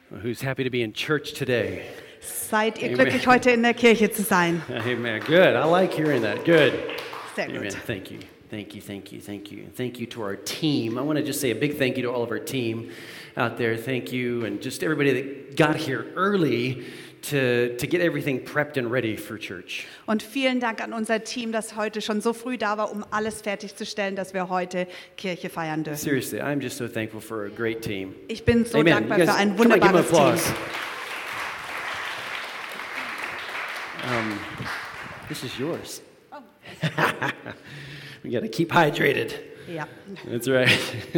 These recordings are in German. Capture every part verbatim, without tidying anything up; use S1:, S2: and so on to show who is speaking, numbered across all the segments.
S1: Who's happy to be in church today?
S2: Seid ihr
S1: Amen.
S2: glücklich, heute in der Kirche zu sein?
S1: Amen. Good. I like hearing that. Good.
S2: Sehr
S1: Amen.
S2: gut.
S1: Thank you. Thank you. Thank you. Thank you. And thank you to our team. I want to just say a big thank you to all of our team out there. Thank you. And just everybody that got here early to, to get everything prepped and ready for church.
S2: Und vielen Dank an unser Team, das heute schon so früh da war, um alles fertigzustellen, dass wir heute Kirche feiern dürfen.
S1: Seriously, I'm just so thankful for a great team.
S2: Ich bin so
S1: Amen.
S2: dankbar
S1: You guys,
S2: für ein
S1: come on, give 'em
S2: wunderbares Team.
S1: applause. Um, this is yours.
S2: Oh.
S1: We got to keep hydrated.
S2: Ja.
S1: That's right.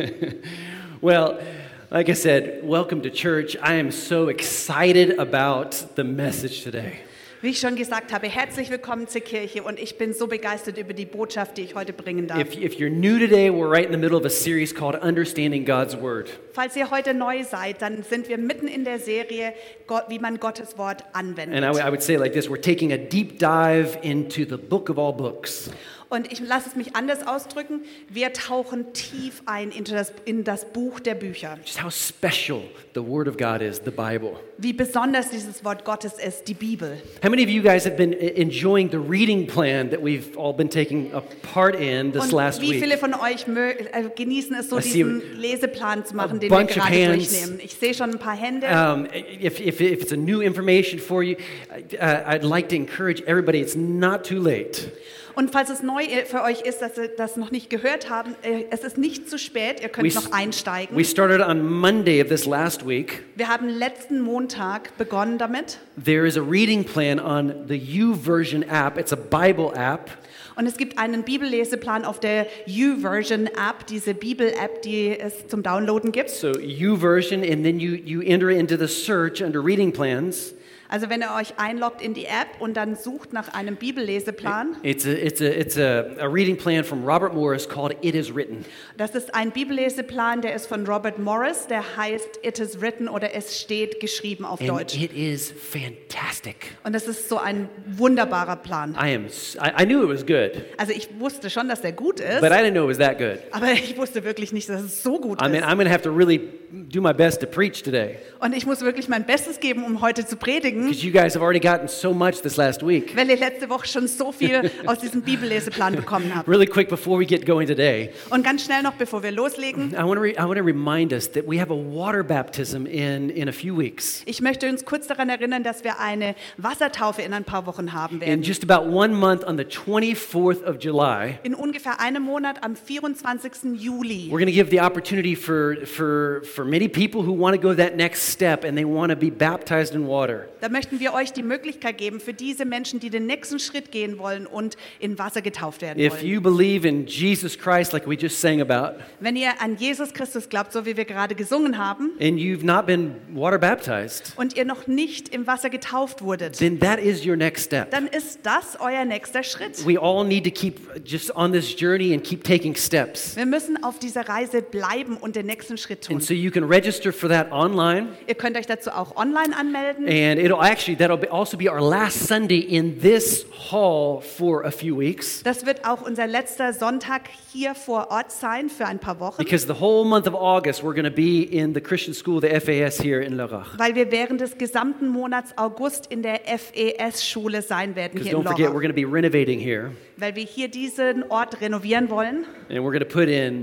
S1: Well, like I said, welcome to church. I am so excited about the message today.
S2: Wie ich schon gesagt habe, herzlich willkommen zur Kirche und ich bin so begeistert über die Botschaft, die ich heute bringen darf.
S1: If, if you're new today, we're right in the middle of a series called Understanding God's Word.
S2: Falls ihr heute neu seid, dann sind wir mitten in der Serie, Gott, wie man Gottes Wort anwendet.
S1: And I, w- I would say like this, we're taking a deep dive into the book of all books.
S2: Und ich lasse es mich anders ausdrücken, wir tauchen tief ein in das, in das Buch der Bücher.
S1: Just how special the Word of God is, the Bible.
S2: Wie besonders dieses Wort Gottes ist, die Bibel.
S1: How many of you guys have been e- enjoying the reading plan that we've all been taking a part in this
S2: Und
S1: last
S2: wie viele
S1: week?
S2: von euch mö- äh, genießen es so,
S1: I see
S2: diesen Leseplan zu machen,
S1: a
S2: den wir
S1: bunch of
S2: gerade
S1: hands.
S2: durchnehmen? Ich sehe schon ein paar Hände.
S1: Um, if, if, if it's a new information for you, uh, I'd like to encourage everybody, it's not too late.
S2: Und falls es neu für euch ist, dass ihr das noch nicht gehört haben, äh, es ist nicht zu spät, ihr könnt
S1: We,
S2: noch einsteigen.
S1: we started on Monday of this last week.
S2: Wir haben letzten Montag begonnen damit.
S1: There is a reading plan on the YouVersion app. It's a Bible app.
S2: Und es gibt einen Bibelleseplan auf der YouVersion-App, diese Bibel-App, die es zum Downloaden gibt.
S1: So YouVersion, and then you, you enter into the search under reading plans.
S2: Also wenn ihr euch einloggt in die App und dann sucht nach einem Bibelleseplan,
S1: It's a, it's a, it's a, a reading plan from Robert Morris called It Is Written.
S2: das ist ein Bibelleseplan, der ist von Robert Morris, der heißt It is written oder es steht geschrieben auf
S1: And
S2: Deutsch.
S1: it is fantastic.
S2: Und das ist so ein wunderbarer Plan.
S1: I am. s- I, I knew it was good,
S2: Also ich wusste schon, dass der gut ist,
S1: but I didn't know it was that good.
S2: aber ich wusste wirklich nicht, dass es so gut
S1: I mean,
S2: ist.
S1: I'm going to have to really do my best to preach today
S2: Und ich muss wirklich mein Bestes geben, um heute zu predigen,
S1: because you guys have already gotten so much this last week.
S2: weil ihr letzte Woche schon so viel aus diesem Bibelleseplan bekommen habt.
S1: Really quick before we get going today,
S2: Und ganz schnell noch, bevor wir loslegen,
S1: I want to re- I want to remind us that we have a water baptism in in a few weeks.
S2: ich möchte uns kurz daran erinnern, dass wir eine Wassertaufe in ein paar Wochen haben
S1: In
S2: werden.
S1: just about one month, on the twenty-fourth of July,
S2: In ungefähr einem Monat am vierundzwanzigsten Juli.
S1: we're going to give the opportunity for for for many people who want to go that next step and they want to be baptized in water.
S2: Da möchten wir euch die Möglichkeit geben für diese Menschen, die den nächsten Schritt gehen wollen und in Wasser getauft werden
S1: If
S2: wollen.
S1: you believe in Jesus Christ, like we just sang about,
S2: Wenn ihr an Jesus Christus glaubt, so wie wir gerade gesungen haben,
S1: and you've not been water baptized,
S2: und ihr noch nicht im Wasser getauft wurdet,
S1: then that is your next step.
S2: dann ist das euer nächster Schritt.
S1: We all need to keep just on this journey and keep taking steps.
S2: Wir müssen auf dieser Reise bleiben und den nächsten Schritt tun.
S1: And so you can register for that online,
S2: Ihr könnt euch dazu auch online anmelden.
S1: and it'll actually that'll be also be our last Sunday in this hall for a few weeks,
S2: Das wird auch unser letzter Sonntag hier vor Ort sein für ein paar Wochen,
S1: because the whole month of August we're going to be in the Christian school, the F A S here in Lörrach.
S2: weil wir während des gesamten Monats August in der F E S-Schule sein werden
S1: Because
S2: hier in
S1: don't forget, we're
S2: Lorach,
S1: going to be renovating here,
S2: weil wir hier diesen Ort renovieren wollen
S1: and we're going to put in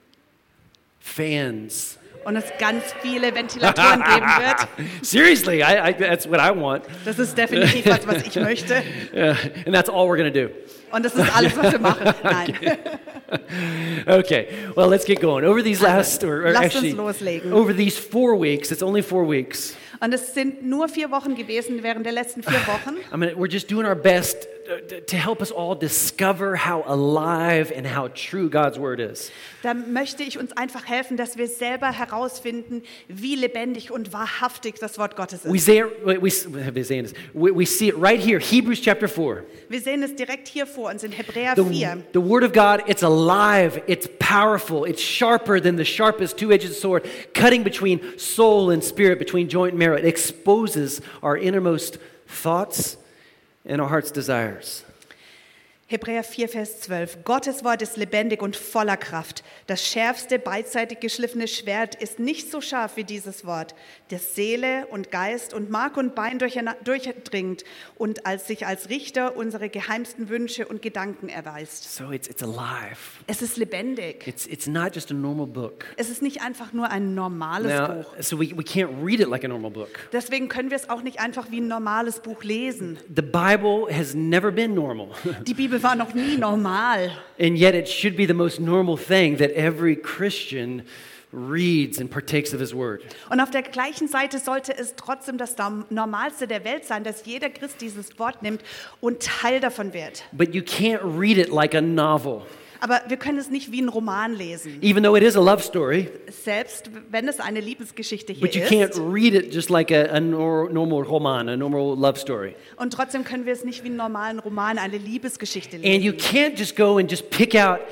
S1: fans.
S2: und es ganz viele Ventilatoren geben wird.
S1: Seriously, I, I, that's what I want.
S2: Das ist definitiv was, was ich möchte.
S1: Uh, and that's all we're going to do.
S2: Und das ist alles, was wir machen. Nein.
S1: Okay, well, let's get going. Over these last, or, or
S2: lasst uns
S1: actually,
S2: loslegen.
S1: over these four weeks, it's only four weeks.
S2: Und es sind nur vier Wochen gewesen während der letzten vier Wochen.
S1: I mean, we're just doing our best to help us all discover how alive and how true God's word is.
S2: Da möchte ich uns einfach helfen, dass wir selber herausfinden, wie lebendig und wahrhaftig das Wort Gottes
S1: We
S2: ist.
S1: see it, we, we, we, we see it right here, Hebrews chapter four.
S2: Wir sehen es direkt hier vor uns in Hebräer
S1: The,
S2: vier.
S1: the word of God, it's alive, it's powerful, it's sharper than the sharpest two-edged sword, cutting between soul and spirit, between joint and marrow. It exposes our innermost thoughts and our heart's desires.
S2: Hebräer vier, Vers zwölf. Gottes Wort ist lebendig und voller Kraft. Das schärfste, beidseitig geschliffene Schwert ist nicht so scharf wie dieses Wort, das Seele und Geist und Mark und Bein durchdringt und als sich als Richter unsere geheimsten Wünsche und Gedanken erweist.
S1: So it's, it's alive.
S2: Es ist lebendig.
S1: It's, it's not just a normal book.
S2: Es ist nicht einfach nur ein normales
S1: Now,
S2: Buch.
S1: so we, we can't read it like a normal book.
S2: Deswegen können wir es auch nicht einfach wie ein normales Buch lesen.
S1: The Bible has never been normal.
S2: Die Bibel war noch nie normal.
S1: And yet it should be the most normal thing that every Christian reads and partakes of his word.
S2: Und auf der gleichen Seite sollte es trotzdem das Normalste der Welt sein, dass jeder Christ dieses Wort nimmt und Teil davon wird.
S1: But you can't read it like a novel.
S2: Aber wir können es nicht wie ein Roman lesen.
S1: Even though it is a love story,
S2: Selbst wenn es eine Liebesgeschichte hier
S1: but you can't
S2: ist.
S1: read it just like a, a nor- normal roman, a normal love story.
S2: Und trotzdem können wir es nicht wie einen normalen Roman, eine Liebesgeschichte
S1: And you
S2: lesen.
S1: can't just go and just pick out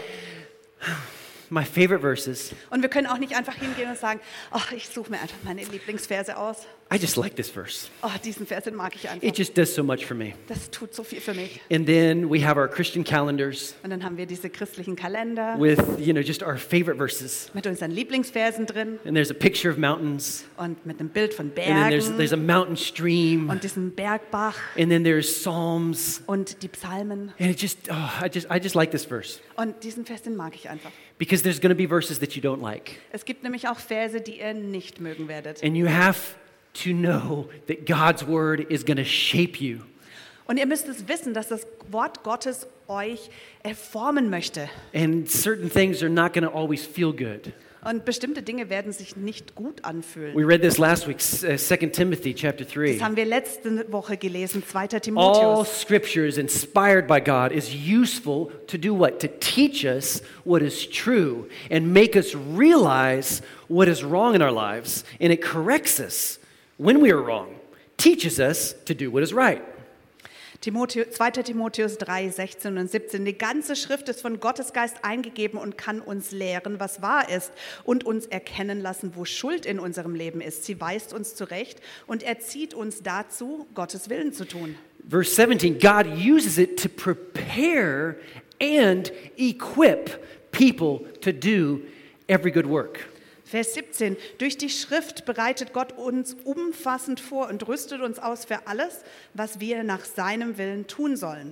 S1: my favorite verses.
S2: Und wir können auch nicht einfach hingehen und sagen, ach, ich suche mir einfach meine Lieblingsverse aus.
S1: I just like this verse.
S2: Oh, diesen Vers den mag ich einfach.
S1: It just does so much for me.
S2: Das tut so viel für mich.
S1: And then we have our Christian calendars
S2: Und dann haben wir diese christlichen Kalender
S1: with, you know, just our favorite verses.
S2: mit unseren Lieblingsversen drin
S1: And there's a picture of mountains.
S2: und mit einem Bild von
S1: And then there's, there's
S2: Bergen
S1: a mountain stream.
S2: und diesem Bergbach
S1: And then there's Psalms.
S2: und die Psalmen.
S1: And it just, oh, I just, I just like this verse.
S2: Und diesen Vers, den mag ich einfach.
S1: Because there's going to be verses that you don't like.
S2: Es gibt nämlich auch Verse, die ihr nicht mögen werdet.
S1: And you have to know that God's word is going to shape you.
S2: Und ihr müsst es wissen, dass das Wort Gottes euch äh, formen möchte.
S1: And certain things are not going to always feel good.
S2: Und bestimmte Dinge werden sich nicht gut
S1: We
S2: anfühlen.
S1: read this last week, uh, Second Timothy chapter three.
S2: Das haben wir letzte Woche gelesen, zweiter
S1: All
S2: Timotheus.
S1: scripture is inspired by God, is useful to do what? To teach us what is true and make us realize what is wrong in our lives. And it corrects us when we are wrong, teaches us to do what is right.
S2: Timotheus, zweiter Timotheus drei, sechzehn und siebzehn. Die ganze Schrift ist von Gottes Geist eingegeben und kann uns lehren, was wahr ist und uns erkennen lassen, wo Schuld in unserem Leben ist. Sie weist uns zurecht und erzieht uns dazu, Gottes Willen zu tun.
S1: Verse seventeen, God uses it to prepare and equip people to do every good work.
S2: Vers siebzehn. Durch die Schrift bereitet Gott uns umfassend vor und rüstet uns aus für alles, was wir nach seinem Willen tun sollen.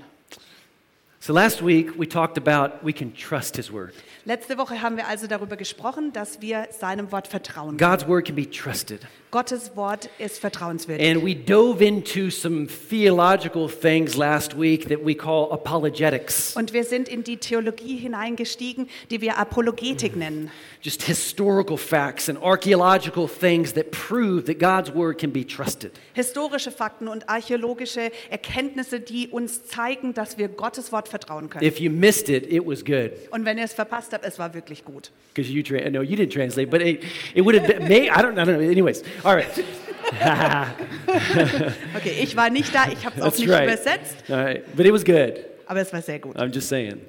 S1: So last week we talked about we can trust his word.
S2: Letzte Woche haben wir also darüber gesprochen, dass wir seinem Wort vertrauen können.
S1: God's word can be trusted.
S2: Gottes Wort ist vertrauenswürdig.
S1: And we dove into some theological things last week that we call apologetics.
S2: Und wir sind in die Theologie hineingestiegen, die wir Apologetik nennen.
S1: Just historical facts and archaeological things that prove that God's word can be trusted.
S2: Historische Fakten und archäologische Erkenntnisse, die uns zeigen, dass wir Gottes Wort vertrauen können.
S1: If you missed it, it was good.
S2: Und wenn ihr es verpasst habt, es war wirklich gut.
S1: Because you tra- no, you didn't translate, but it, it would have been. May, I don't. I don't know. Anyways, all right.
S2: Okay, ich war nicht da, ich habe es auch
S1: That's
S2: nicht
S1: right.
S2: übersetzt,
S1: All right, but it was good.
S2: aber es war sehr gut.
S1: I'm just saying.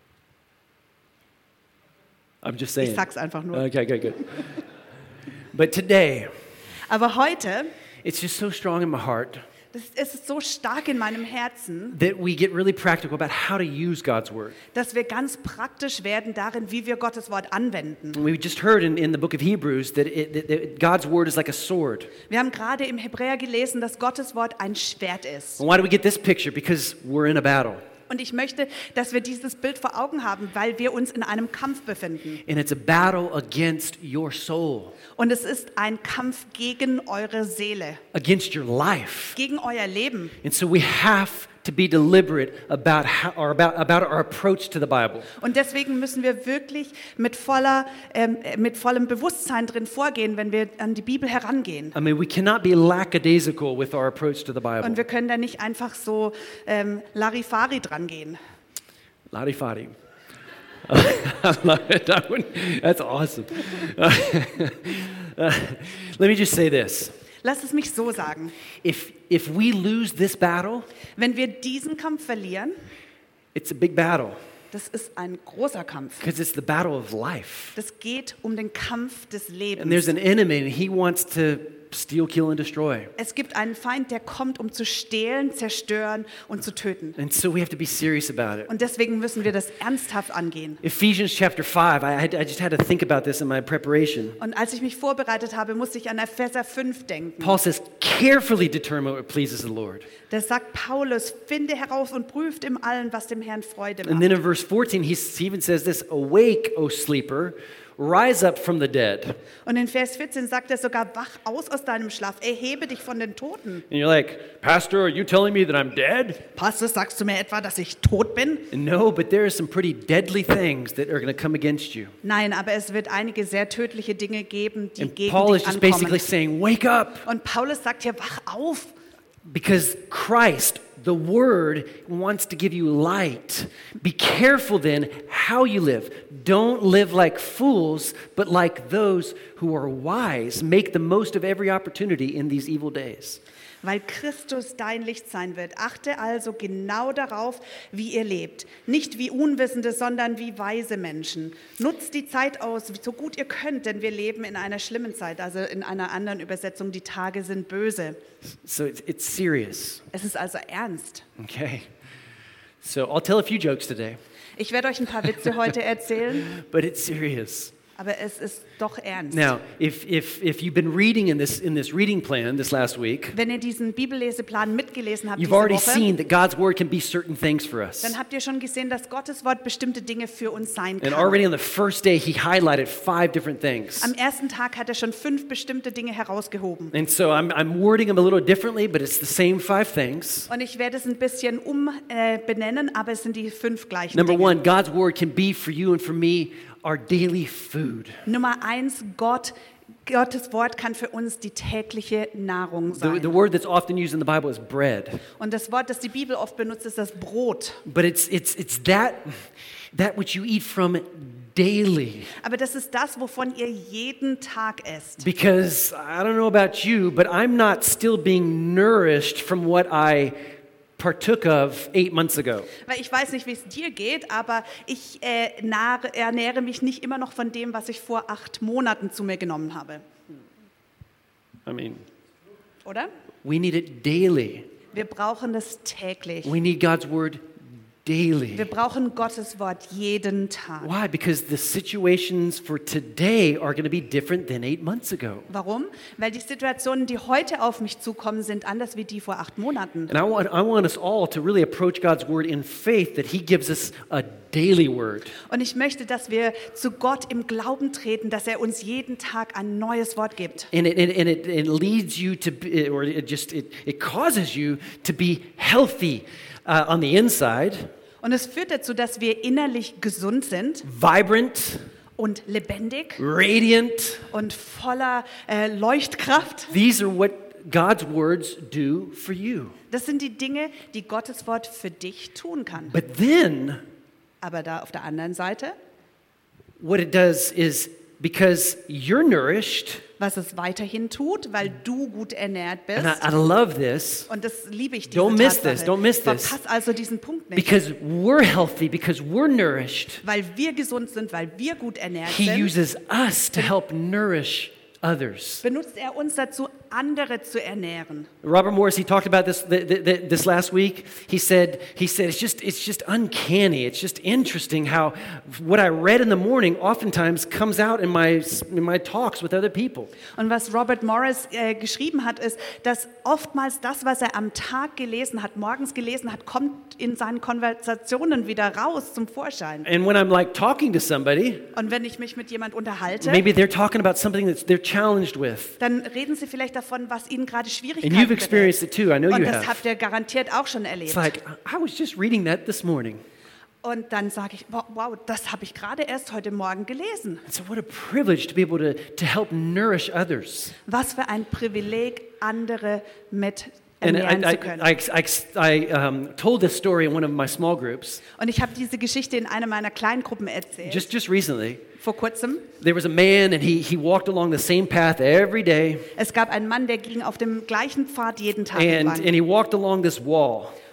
S1: I'm just saying.
S2: Ich sag's einfach nur.
S1: Okay, good, good. But today,
S2: Aber heute,
S1: it's just so strong in my heart
S2: das ist es so stark in meinem Herzen,
S1: that we get really practical about how to use God's word.
S2: dass wir ganz praktisch werden darin, wie wir Gottes Wort anwenden.
S1: We just heard in, in the book of Hebrews that, it, that, that God's word is like a sword.
S2: Wir haben gerade im Hebräer gelesen, dass Gottes Wort ein Schwert ist.
S1: And why do we get this picture? Because we're in a battle.
S2: Und ich möchte, dass wir dieses Bild vor Augen haben, weil wir uns in einem Kampf befinden.
S1: And it's a battle against your soul,
S2: Und es ist ein Kampf gegen eure Seele,
S1: against your life.
S2: gegen euer Leben.
S1: And so we have to be deliberate about how, or about, about our approach to the Bible.
S2: Und deswegen müssen wir wirklich mit, voller, ähm, mit vollem Bewusstsein drin vorgehen, wenn wir an die Bibel herangehen.
S1: I mean, we cannot be lackadaisical with our approach to the Bible.
S2: Und wir können da nicht einfach so ähm, Larifari dran gehen.
S1: Ladi-fadi. I love it. That one- That's awesome. Uh, let me just say this.
S2: Lass es mich so sagen.
S1: If, if we lose this battle,
S2: Wenn wir diesen Kampf verlieren,
S1: it's a big battle
S2: das ist ein großer Kampf.
S1: because it's the battle of life.
S2: Das geht um den Kampf des
S1: And there's
S2: Lebens.
S1: an enemy and he wants to steal, kill, and destroy.
S2: Es gibt einen Feind, der kommt, um zu stehlen, zerstören und zu töten.
S1: And so we have to be serious about it.
S2: Und deswegen müssen wir das ernsthaft angehen.
S1: Ephesians chapter five, I, had, I just had to think about this in my preparation.
S2: Und als ich mich vorbereitet habe, musste ich an Epheser fünf denken.
S1: Paul says, carefully determine what pleases the Lord.
S2: Da sagt Paulus, finde heraus und prüft im Allen, was dem Herrn Freude
S1: And then
S2: macht.
S1: in verse fourteen, he even says this, awake, O sleeper, rise up from the dead.
S2: Und in Vers vierzehn sagt er sogar, wach aus aus deinem Schlaf, erhebe dich von den Toten.
S1: And you're like, Pastor, are you telling me that I'm dead?
S2: Pastor, sagst du mir etwa, dass ich tot bin?
S1: No, but there are some pretty deadly things that are going to come against you.
S2: Nein, aber es wird einige sehr tödliche Dinge geben, die
S1: And
S2: gegen
S1: Paul is
S2: dich
S1: just basically
S2: ankommen.
S1: saying, wake up,
S2: Und Paulus sagt hier, wach auf.
S1: because Christ, the Word, wants to give you light. Be careful then how you live. Don't live like fools, but like those who are wise. Make the most of every opportunity in these evil days.
S2: Weil Christus dein Licht sein wird. Achte also genau darauf, wie ihr lebt. Nicht wie Unwissende, sondern wie weise Menschen. Nutzt die Zeit aus, so gut ihr könnt, denn wir leben in einer schlimmen Zeit. Also in einer anderen Übersetzung, die Tage sind böse.
S1: So it's, it's serious.
S2: Es ist also ernst.
S1: Okay. So I'll tell a few jokes today,
S2: Ich werde euch ein paar Witze heute erzählen,
S1: but it's serious.
S2: aber es ist doch ernst.
S1: Now, if, if, if you've been reading in this, in this reading plan this last week,
S2: Wenn ihr diesen Bibelleseplan mitgelesen habt
S1: you've
S2: diese
S1: already
S2: Woche,
S1: seen that God's Word can be certain things for us.
S2: dann habt ihr schon gesehen, dass Gottes Wort bestimmte Dinge für uns sein
S1: And
S2: kann.
S1: already on the first day, he highlighted five different things.
S2: Am ersten Tag hat er schon fünf bestimmte Dinge herausgehoben.
S1: And so I'm, I'm wording them a little differently, but it's the same five things.
S2: Und ich werde es ein bisschen umbenennen, äh, benennen, aber es sind die fünf gleichen
S1: Number
S2: Dinge.
S1: one, God's Word can be for you and for me our daily food.
S2: Nummer eins, Gott, Gottes Wort kann für uns die tägliche Nahrung
S1: The,
S2: sein.
S1: the word that's often used in the Bible is bread.
S2: Und das Wort, das die Bibel oft benutzt, ist das Brot.
S1: But it's, it's, it's that, that which you eat from daily.
S2: Aber das ist das, wovon ihr jeden Tag esst.
S1: Because I don't know about you, but I'm not still being nourished from what I partook of eight months ago.
S2: Weil ich weiß nicht, wie es dir geht, aber ich äh, nahr- ernähre mich nicht immer noch von dem, was ich vor acht Monaten zu mir genommen habe.
S1: I mean,
S2: Oder?
S1: we need it daily.
S2: Wir brauchen es täglich.
S1: We need God's Word daily.
S2: Wir brauchen Gottes Wort jeden Tag.
S1: Why? Because the situations for today are going to be different than eight months ago.
S2: Warum? Weil die Situationen, die heute auf mich zukommen, sind anders wie die vor acht Monaten.
S1: And I want, I want us all to really approach God's Word in faith that He gives us a daily Word.
S2: Und ich möchte, dass wir zu Gott im Glauben treten, dass er uns jeden Tag ein neues Wort gibt.
S1: And it, and it, it leads you to, be, or it just, it, it causes you to be healthy uh, on the inside,
S2: Und es führt dazu, dass wir innerlich gesund sind
S1: vibrant,
S2: und lebendig
S1: radiant.
S2: und voller äh, Leuchtkraft.
S1: These are what God's words do for you.
S2: Das sind die Dinge, die Gottes Wort für dich tun kann.
S1: But then
S2: Aber da auf der anderen Seite,
S1: what it does is because you're nourished,
S2: was es weiterhin tut, weil du gut ernährt bist.
S1: and I, I love this,
S2: Und das liebe ich, diese
S1: Don't miss
S2: Tatsache.
S1: this, don't miss this.
S2: Verpass also diesen Punkt nicht.
S1: because we're healthy, because we're nourished,
S2: Weil wir gesund sind, weil wir gut ernährt
S1: He
S2: sind,
S1: uses us to help nourish others.
S2: benutzt er uns dazu, andere zu ernähren.
S1: Robert Morris, he talked about this th- th- th- this last week. He said, he said it's just it's just uncanny. It's just interesting how what I read in the morning oftentimes comes out in my in my talks with other people.
S2: Und was Robert Morris äh, geschrieben hat, ist, dass oftmals das, was er am Tag gelesen hat, morgens gelesen hat, kommt in seinen Konversationen wieder raus zum Vorschein.
S1: And when I'm like talking to somebody,
S2: Und wenn ich mich mit jemand unterhalte,
S1: maybe they're talking about something that they're challenged with.
S2: dann reden sie vielleicht davon, was ihnen gerade
S1: And
S2: Schwierigkeiten
S1: you've experienced it too. I know
S2: Und
S1: you
S2: das
S1: have.
S2: habt ihr garantiert auch schon
S1: It's
S2: erlebt.
S1: like I was just reading that this morning.
S2: Und dann sage ich, wow, wow, das habe ich gerade erst heute Morgen gelesen.
S1: And so what a privilege to be able to to help nourish others.
S2: Was für ein Privileg, andere mit
S1: And
S2: ernähren
S1: I,
S2: zu
S1: I,
S2: können.
S1: I, I, I um, told this story in one of my small groups
S2: Und ich habe diese Geschichte in einer meiner Kleingruppen erzählt,
S1: just just recently.
S2: vor kurzem.
S1: There was a man, and he, he walked along the same path every day,
S2: Es gab einen Mann, der ging auf dem gleichen Pfad jeden Tag
S1: and,
S2: entlang.
S1: and he walked along this wall.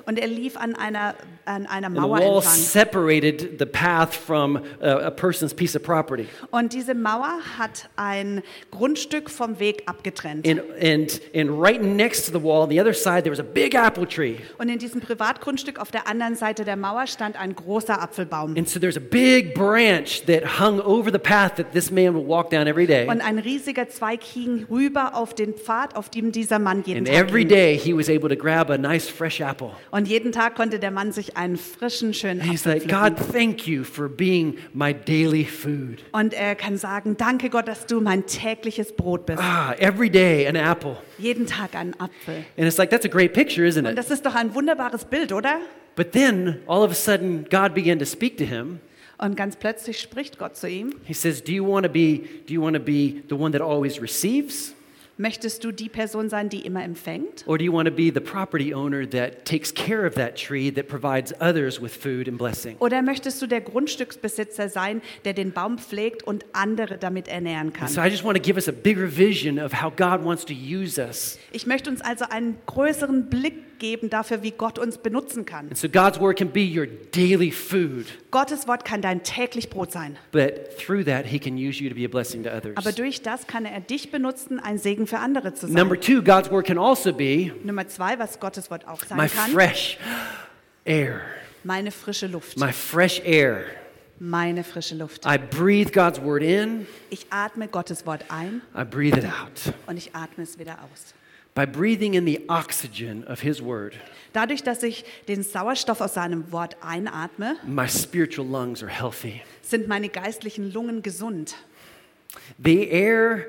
S2: Und er lief an einer, an einer
S1: And the
S2: Mauer
S1: wall
S2: entlang.
S1: separated the path from a, a person's piece of property.
S2: Und diese Mauer hat ein Grundstück vom Weg abgetrennt.
S1: And, and, and right next to the wall, on the other side, there was a big apple tree.
S2: Und in diesem Privatgrundstück auf der anderen Seite der Mauer stand ein großer Apfelbaum.
S1: And so there's a big branch that hung over the path that this man would walk down every day.
S2: Und ein riesiger Zweig hing rüber auf den Pfad, auf dem dieser Mann jeden
S1: And
S2: Tag
S1: every
S2: ging.
S1: day he was able to grab a nice fresh apple.
S2: Und jeden Tag konnte der Mann sich einen frischen, schönen
S1: And he's
S2: Apfel
S1: like, God,
S2: pflücken.
S1: thank you for being my daily food.
S2: Und er kann sagen, danke Gott, dass du mein tägliches Brot bist.
S1: Ah, every day an apple.
S2: Jeden Tag einen Apfel.
S1: And it's like, that's a great picture, isn't
S2: Und
S1: it?
S2: das ist doch ein wunderbares Bild, oder?
S1: But then, all of a sudden, God began to speak to him.
S2: Und ganz plötzlich spricht Gott zu ihm.
S1: He says, do you want to be, do you want to be the one that always receives?
S2: Möchtest du die Person sein, die immer empfängt?
S1: Or do you want to be the property owner that takes care of that tree, that provides others with food and blessing?
S2: Oder möchtest du der Grundstücksbesitzer sein, der den Baum pflegt und andere damit ernähren kann?
S1: And so I just want to give us a bigger vision of how God wants to use us.
S2: Ich möchte uns also einen größeren Blick geben dafür, wie Gott uns benutzen kann.
S1: And so God's word can be your daily food,
S2: Gottes Wort kann dein täglich Brot sein.
S1: but through that, he can use you to be a blessing to others.
S2: Aber durch das kann er dich benutzen, ein Segen für andere zu sein.
S1: Number two, God's word can also be
S2: Nummer zwei, was Gottes Wort auch sein
S1: my
S2: kann,
S1: fresh air,
S2: meine frische Luft.
S1: my fresh air.
S2: Meine frische Luft.
S1: I breathe God's word in,
S2: Ich atme Gottes Wort ein
S1: I breathe it out.
S2: und ich atme es wieder aus.
S1: By breathing in the oxygen of his word,
S2: Dadurch, dass ich den Sauerstoff aus seinem Wort einatme,
S1: my spiritual lungs are healthy.
S2: sind meine geistlichen Lungen gesund.
S1: The air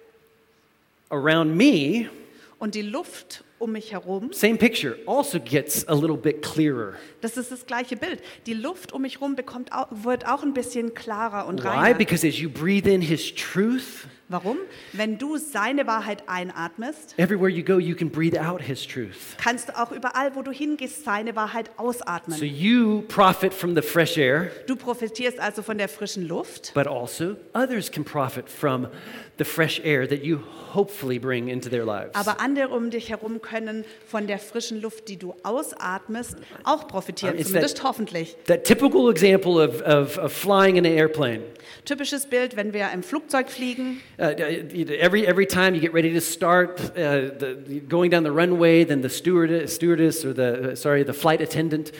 S1: around me,
S2: Und die Luft um mich herum,
S1: same picture, also gets a little bit clearer.
S2: das ist das gleiche Bild. Die Luft um mich herum bekommt au- wird auch ein bisschen klarer und
S1: Why?
S2: reiner.
S1: Because as you breathe in his truth,
S2: Warum? Wenn du seine Wahrheit einatmest,
S1: everywhere you go, you can breathe out his truth.
S2: kannst du auch überall, wo du hingehst, seine Wahrheit
S1: So
S2: ausatmen.
S1: you profit from the fresh air,
S2: Du profitierst also von der frischen Luft,
S1: but also others can profit from the fresh air that you hopefully bring into their lives.
S2: aber andere um dich herum können von der frischen Luft, die du ausatmest, auch profitieren,
S1: It's
S2: zumindest
S1: that-
S2: hoffentlich.
S1: That typical example of, of, of flying in an airplane.
S2: Typisches Bild, wenn wir im Flugzeug fliegen.
S1: Uh, every, every time you get ready to start uh, the, going down the runway, then the steward, stewardess or the, uh, sorry, the flight attendant,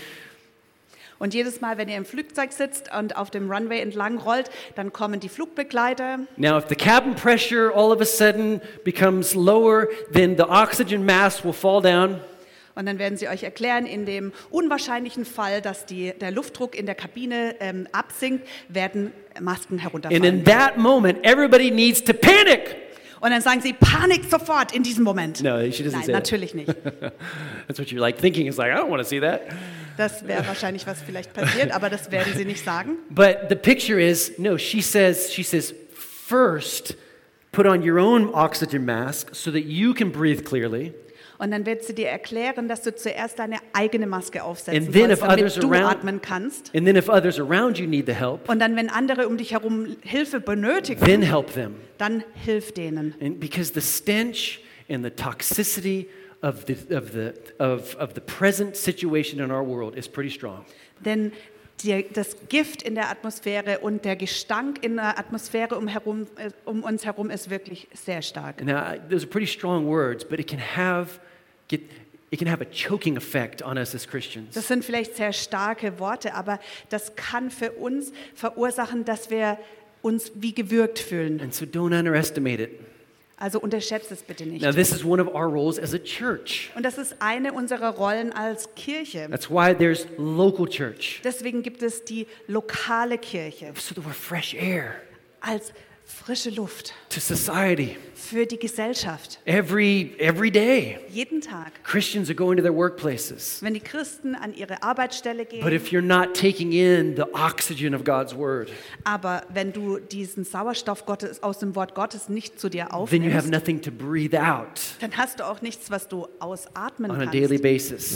S2: Und jedes Mal, wenn ihr im Flugzeug sitzt und auf dem Runway entlang rollt, dann kommen die Flugbegleiter.
S1: now if the cabin pressure all of a sudden becomes lower, then the oxygen mask will fall down.
S2: Und dann werden sie euch erklären, in dem unwahrscheinlichen Fall, dass die, der Luftdruck in der Kabine ähm, absinkt, werden Masken
S1: And
S2: herunterfallen.
S1: in that moment, everybody needs to panic.
S2: Und dann sagen sie, Panik sofort in diesem Moment.
S1: No, she doesn't
S2: Nein,
S1: say that.
S2: natürlich nicht.
S1: That's what you're like thinking. Is like, I don't want to see that.
S2: Das wäre wahrscheinlich, was vielleicht passiert, aber das werden sie nicht sagen.
S1: But the picture is, no, she says, she says, first, put on your own oxygen mask so that you can breathe clearly.
S2: Und dann wird sie dir erklären, dass du zuerst deine eigene Maske aufsetzen
S1: And then
S2: sollst,
S1: if others
S2: damit du
S1: around-
S2: atmen kannst.
S1: And then if others around you need the help,
S2: Und dann, wenn andere um dich herum Hilfe benötigen,
S1: then help them.
S2: dann hilf denen.
S1: And because the stench and the toxicity of the, of the, of, of the present situation in our world is pretty strong.
S2: Denn die, das Gift in der Atmosphäre und der Gestank in der Atmosphäre um, herum, äh, um uns herum ist wirklich sehr stark.
S1: Now, I- those are pretty strong words, but it can have, get, it can have a choking effect on us as Christians.
S2: Das sind vielleicht sehr starke Worte, aber das kann für uns verursachen, dass wir uns wie gewürgt fühlen.
S1: And so don't underestimate it.
S2: Also unterschätzt es bitte nicht.
S1: Now, this is one of our roles as a church.
S2: Und das ist eine unserer Rollen als Kirche.
S1: That's why there's local church,
S2: Deswegen gibt es die lokale Kirche
S1: so that we're fresh air
S2: als frische Luft
S1: to society
S2: für die Gesellschaft.
S1: every, every day.
S2: Jeden Tag.
S1: Christians are going to their workplaces.
S2: Wenn die Christen an ihre Arbeitsstelle
S1: But
S2: gehen,
S1: if you're not taking in the oxygen of God's word,
S2: aber wenn du diesen Sauerstoff Gottes, aus dem Wort Gottes nicht zu dir
S1: then you have
S2: aufnimmst,
S1: nothing to breathe out
S2: dann hast du auch nichts, was du ausatmen
S1: on a daily
S2: kannst,
S1: basis.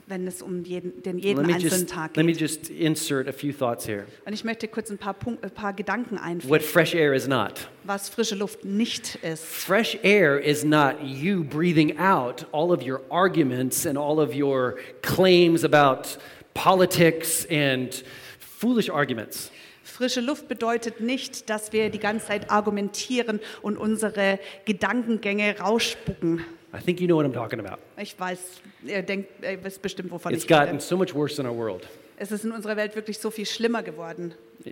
S2: wenn es um jeden, den jeden
S1: Let me
S2: einzelnen
S1: just,
S2: Tag
S1: let me
S2: geht.
S1: just insert a few thoughts here.
S2: Und ich möchte kurz ein paar, Punkt, ein paar Gedanken einfügen,
S1: What fresh air is not.
S2: was frische Luft nicht ist.
S1: Fresh air is not you breathing out all of your arguments and all of your claims about politics and foolish arguments.
S2: Frische Luft bedeutet nicht, dass wir die ganze Zeit argumentieren und unsere Gedankengänge rausspucken.
S1: I think you know what I'm talking about.
S2: Ich weiß, ihr denkt, ihr wisst bestimmt, wovon
S1: It's
S2: ich rede.
S1: gotten so much worse in our world.
S2: Es ist in unserer Welt wirklich so viel schlimmer geworden.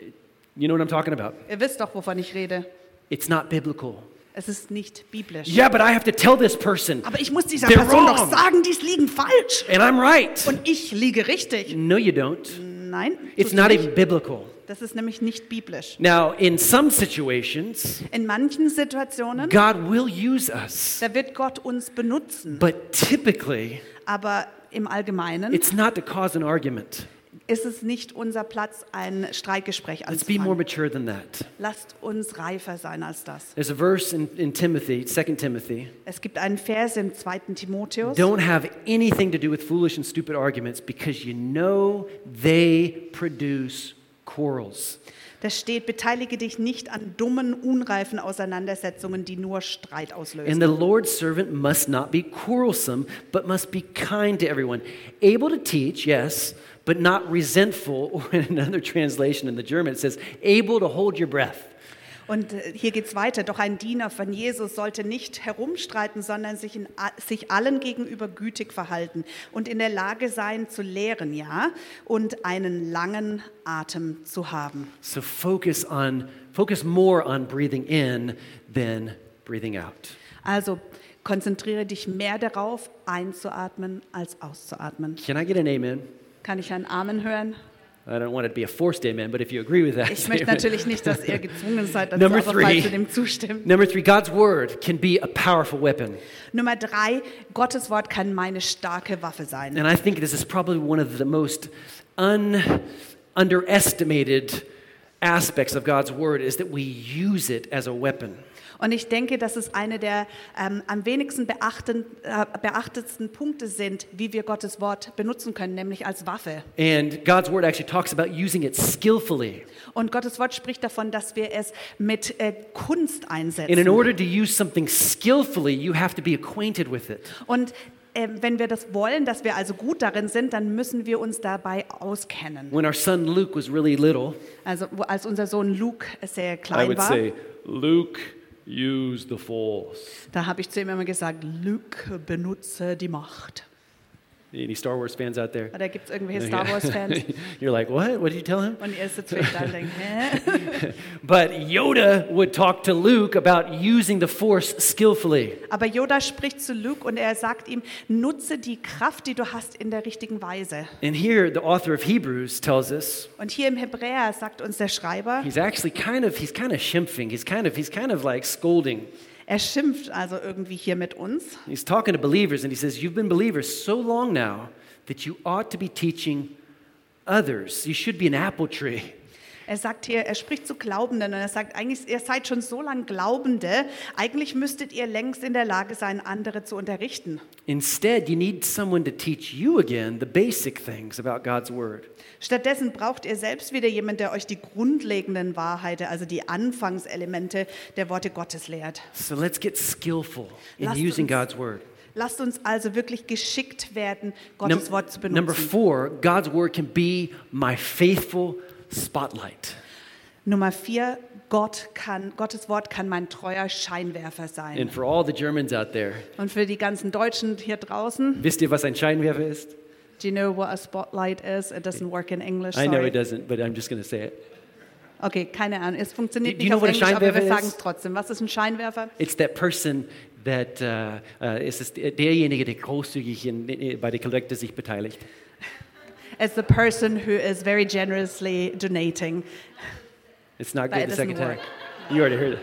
S1: You know what I'm talking about?
S2: Ihr wisst doch, wovon ich rede.
S1: It's not biblical.
S2: Es ist nicht biblisch.
S1: Yeah, but I have to tell this person,
S2: Aber ich muss dieser
S1: They're
S2: Person
S1: wrong.
S2: doch sagen, dies liegen falsch.
S1: and I'm right.
S2: Und ich liege richtig.
S1: No, you don't.
S2: Nein,
S1: It's
S2: tust du
S1: not
S2: nicht.
S1: even biblical.
S2: Das ist nämlich nicht biblisch.
S1: Now, in some situations,
S2: In manchen Situationen,
S1: God will use us,
S2: da wird Gott uns benutzen.
S1: but typically,
S2: Aber im Allgemeinen
S1: it's not to cause an argument.
S2: ist es nicht unser Platz, ein Streitgespräch
S1: Let's be more
S2: anzufangen.
S1: mature than that.
S2: Lasst uns reifer sein als das.
S1: There's a verse in, in Timothy, Second Timothy.
S2: Es gibt einen Vers im zweiten Timotheus.
S1: Don't have anything to do with foolish and stupid arguments because you know they produce quarrels.
S2: Da steht, beteilige dich nicht an dummen, unreifen Auseinandersetzungen, die nur Streit
S1: And
S2: auslösen.
S1: the Lord's servant must not be quarrelsome, but must be kind to everyone, able to teach, yes, but not resentful. Or in another translation in the German, it says, able to hold your breath.
S2: Und äh, hier geht es weiter. Doch ein Diener von Jesus sollte nicht herumstreiten, sondern sich, in, a- sich allen gegenüber gütig verhalten und in der Lage sein zu lehren, ja, und einen langen Atem zu haben.
S1: So focus on, focus more on breathing in than breathing out.
S2: Also konzentriere dich mehr darauf, einzuatmen als auszuatmen.
S1: Can I get an amen?
S2: Kann ich ein Amen hören?
S1: I don't want it to be a forced amen, but if you agree with that.
S2: Ich möchte natürlich nicht, dass ihr gezwungen seid, dazu,
S1: Number
S2: aber
S1: three.
S2: falls ihr dem zustimmt.
S1: Number three, God's word can be a powerful weapon.
S2: Nummer drei, Gottes Wort kann meine starke Waffe sein.
S1: And I think this is probably one of the most un, underestimated aspects of God's word is that we use it as a weapon.
S2: Und ich denke, dass es eine der ähm, am wenigsten beachten, äh, beachtetsten Punkte sind, wie wir Gottes Wort benutzen können, nämlich als Waffe.
S1: And God's word actually talks about using it skillfully.
S2: Und Gottes Wort spricht davon, dass wir es mit äh, Kunst einsetzen.
S1: And in order to use something skillfully, you have to be acquainted with it.
S2: Und ähm, wenn wir das wollen, dass wir also gut darin sind, dann müssen wir uns dabei auskennen.
S1: When our son Luke was really little,
S2: Also wo, als unser Sohn Luke sehr
S1: I
S2: klein
S1: would
S2: war,
S1: say, Luke, use the force.
S2: da habe ich zu ihm immer gesagt, Luke, benutze die Macht.
S1: Any Star Wars fans out there?
S2: Da gibt es irgendwelche Star Wars-Fans
S1: You're like, what? What did you tell him?
S2: und ihr sitzt vielleicht da und denkt, hä?
S1: But Yoda would talk to Luke about using the force skillfully.
S2: Aber Yoda spricht zu Luke und er sagt ihm, nutze die Kraft, die du hast, in der richtigen Weise.
S1: And here, the author of Hebrews tells us
S2: Und hier im Hebräer sagt uns der Schreiber,
S1: he's actually kind of he's kind of schimpfing. He's kind of he's kind of like scolding.
S2: er schimpft also irgendwie hier mit uns.
S1: He's talking to believers, and he says, "You've been believers so long now that you ought to be teaching others. You should be an apple tree."
S2: Er sagt hier, er spricht zu Glaubenden und er sagt, eigentlich, ihr seid schon so lang Glaubende, eigentlich müsstet ihr längst in der Lage sein, andere zu unterrichten.
S1: Instead, you need someone to teach you again the basic things about God's word.
S2: Stattdessen braucht ihr selbst wieder jemanden, der euch die grundlegenden Wahrheiten, also die Anfangselemente der Worte Gottes lehrt.
S1: So let's get skillful in
S2: Lasst
S1: using
S2: uns-
S1: God's word.
S2: Lasst uns also wirklich geschickt werden, Gottes
S1: Num-
S2: Wort zu benutzen.
S1: Number four, God's word can be my faithful spotlight.
S2: Nummer vier, Gott kann, Gottes Wort kann mein treuer Scheinwerfer sein.
S1: And for all the Germans out there,
S2: Und für die ganzen Deutschen hier draußen,
S1: wisst ihr, was ein Scheinwerfer ist?
S2: do you know what a spotlight is? It doesn't work in English,
S1: I know
S2: sorry.
S1: it doesn't, but I'm just going to say it.
S2: Okay, keine Ahnung, es funktioniert
S1: Do you
S2: nicht
S1: know
S2: auf
S1: what a
S2: Englisch, aber wir
S1: Scheinwerfer
S2: sagen
S1: is?
S2: es trotzdem. Was ist ein Scheinwerfer?
S1: It's that person that, uh, uh, es ist derjenige, der großzügig in, in, bei der Kollekte sich beteiligt.
S2: It's the person who is very generously donating.
S1: It's not
S2: But
S1: good
S2: it
S1: the second
S2: doesn't
S1: time. You already heard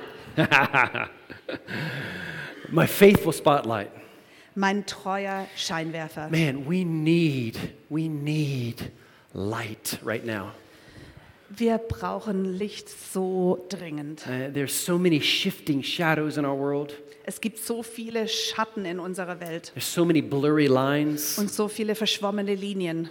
S1: it. My faithful spotlight.
S2: Mein treuer Scheinwerfer.
S1: Man, we need, we need light right now.
S2: Wir brauchen Licht so dringend.
S1: Uh, there's so many shifting shadows in our world.
S2: Es gibt so viele Schatten in unserer Welt
S1: There's so many blurry lines.
S2: und so viele verschwommene Linien.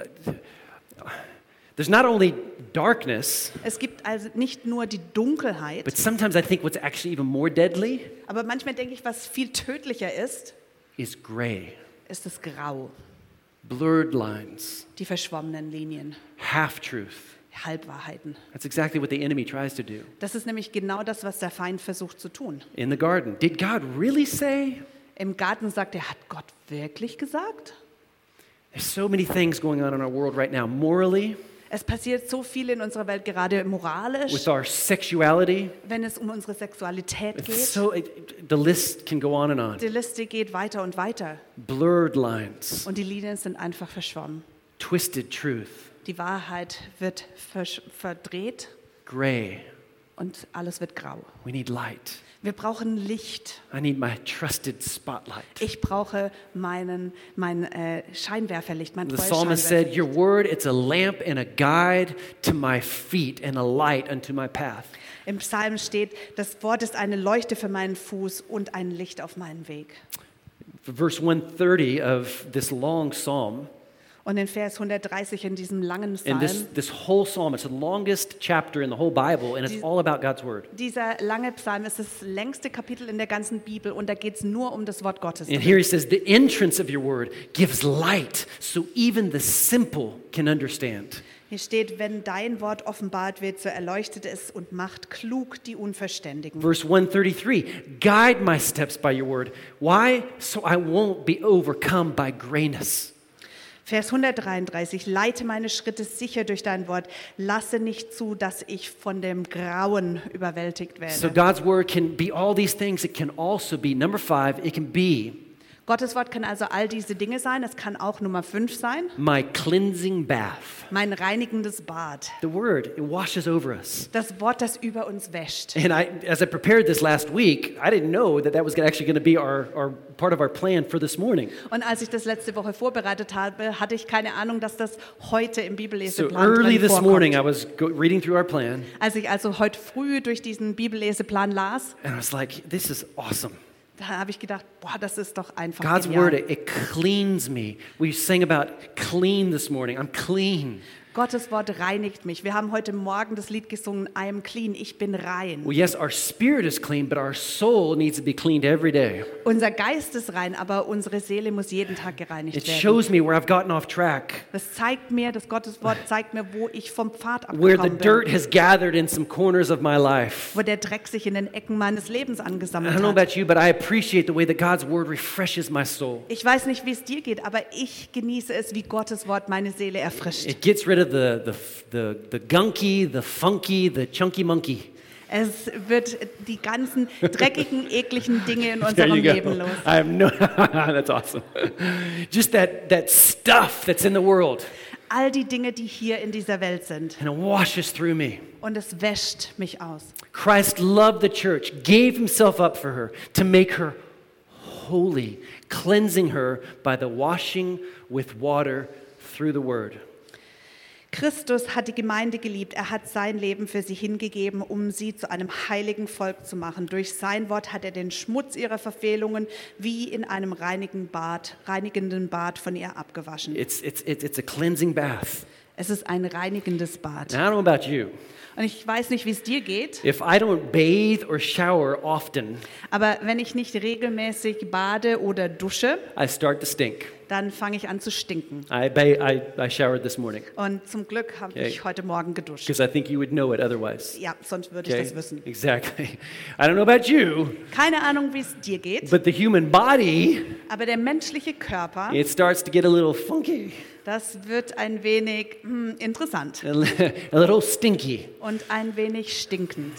S1: There's not only darkness,
S2: Es gibt also nicht nur die Dunkelheit,
S1: but sometimes I think what's actually even more deadly
S2: aber manchmal denke ich, was viel tödlicher ist,
S1: is gray.
S2: ist das Grau,
S1: Blurred lines,
S2: die verschwommenen Linien,
S1: half-truth.
S2: Halbwahrheiten.
S1: That's exactly what the enemy tries to do.
S2: Das ist nämlich genau das, was der Feind versucht zu tun.
S1: In the garden, did God really say?
S2: Im Garten sagt er, hat Gott wirklich gesagt?
S1: There's so many things going on in our world right now, morally,
S2: Es passiert so viel in unserer Welt, gerade moralisch,
S1: with our sexuality.
S2: wenn es um unsere Sexualität
S1: It's
S2: geht.
S1: so it, the list can go on and on.
S2: Die Liste geht weiter und weiter
S1: Blurred lines,
S2: und die Linien sind einfach verschwommen.
S1: twisted truth,
S2: Die Wahrheit wird versch- verdreht
S1: gray.
S2: und alles wird grau.
S1: We need light.
S2: Wir brauchen Licht.
S1: I need my trusted spotlight.
S2: Ich brauche meinen, mein äh, Scheinwerferlicht, mein
S1: The
S2: treues
S1: psalmist said,
S2: Scheinwerferlicht.
S1: "Your word, it's a lamp and a guide to my feet and a light unto my path."
S2: Im Psalm steht, das Wort ist eine Leuchte für meinen Fuß und ein Licht auf meinen Weg.
S1: Verse one thirty of this long psalm,
S2: Und in Vers hundertdreißig in diesem langen Psalm,
S1: and this, this whole psalm, it's the longest chapter in the whole Bible, and it's
S2: Die-
S1: all about God's word.
S2: dieser lange Psalm ist das längste Kapitel in der ganzen Bibel und da geht es nur um das Wort Gottes.
S1: And here he says, the entrance of your word gives light, so even the simple can understand.
S2: Hier steht, wenn dein Wort offenbart wird, so erleuchtet es und macht klug die Unverständigen.
S1: Verse one thirty-three, guide my steps by your word. Why? So I won't be overcome by grayness.
S2: Vers hundertdreiunddreißig, leite meine Schritte sicher durch dein Wort, lasse nicht zu, dass ich von dem Grauen überwältigt werde.
S1: So God's word can be all these things. It can also be, number five, it can be
S2: Gottes Wort kann also all diese Dinge sein, es kann auch Nummer fünf sein,
S1: my cleansing bath.
S2: mein reinigendes Bad.
S1: The word, it washes over us.
S2: Das Wort, das über uns wäscht.
S1: And I, as I prepared this last week, I didn't know that that was actually going to be our, our part of our plan for this morning.
S2: Und als ich das letzte Woche vorbereitet habe, hatte ich keine Ahnung, dass das heute im
S1: So
S2: Bibelleseplan
S1: early
S2: drin
S1: this morning, I
S2: vorkommt.
S1: was go- reading through our plan,
S2: Als ich also heute früh durch diesen Bibelleseplan las,
S1: and I was like, this is awesome.
S2: da habe ich gedacht, boah, das ist doch einfach
S1: God's
S2: genial.
S1: word, it, it cleans me. We sang about clean this morning. I'm clean.
S2: Gottes Wort reinigt mich. Wir haben heute Morgen das Lied gesungen, I am clean, ich bin rein.
S1: Well, yes, our spirit is clean, but our soul needs to be cleaned every day.
S2: Unser Geist ist rein, aber unsere Seele muss jeden Tag gereinigt
S1: It
S2: werden.
S1: shows me where I've gotten off track,
S2: Das zeigt mir, das Gottes Wort zeigt mir, wo ich vom Pfad
S1: where the
S2: abgekommen
S1: dirt
S2: bin,
S1: has gathered in some corners of my life.
S2: wo der Dreck sich in den Ecken meines Lebens
S1: I
S2: angesammelt
S1: don't know
S2: hat.
S1: about you, but I appreciate the way that God's word refreshes my soul.
S2: Ich weiß nicht, wie es dir geht, aber ich genieße es, wie Gottes Wort meine Seele erfrischt.
S1: It gets rid of the, the, the, the gunky, the funky, the chunky monkey.
S2: Es wird die ganzen dreckigen, ekligen Dinge in
S1: There
S2: unserem
S1: you go.
S2: Leben los.
S1: I have no, that's awesome. Just that, that stuff that's in the world,
S2: All die Dinge, die hier in dieser Welt sind.
S1: and it washes through me.
S2: Und es wäscht mich aus.
S1: Christ loved the church, gave himself up for her to make her holy, cleansing her by the washing with water through the word.
S2: Christus hat die Gemeinde geliebt. Er hat sein Leben für sie hingegeben, um sie zu einem heiligen Volk zu machen. Durch sein Wort hat er den Schmutz ihrer Verfehlungen wie in einem reinigen Bad, reinigenden Bad von ihr abgewaschen.
S1: It's, it's, it's, it's a cleansing bath.
S2: Es ist ein reinigendes Bad.
S1: Now, I don't know about you.
S2: Und ich weiß nicht, wie es dir geht,
S1: If I don't bathe or shower often,
S2: aber wenn ich nicht regelmäßig bade oder dusche,
S1: I start to stink.
S2: dann fange ich an zu stinken.
S1: I, ba- I, I showered this morning
S2: Und zum Glück habe
S1: Okay.
S2: ich heute Morgen geduscht.
S1: because I think you would know it otherwise.
S2: Ja, sonst würde
S1: Okay?
S2: ich das wissen.
S1: Exactly. I don't know about you,
S2: Keine Ahnung, wie es dir geht,
S1: but the human body,
S2: aber der menschliche Körper,
S1: it starts to get a little funky,
S2: das wird ein wenig hm, interessant
S1: a li- a little stinky.
S2: und ein wenig stinkend.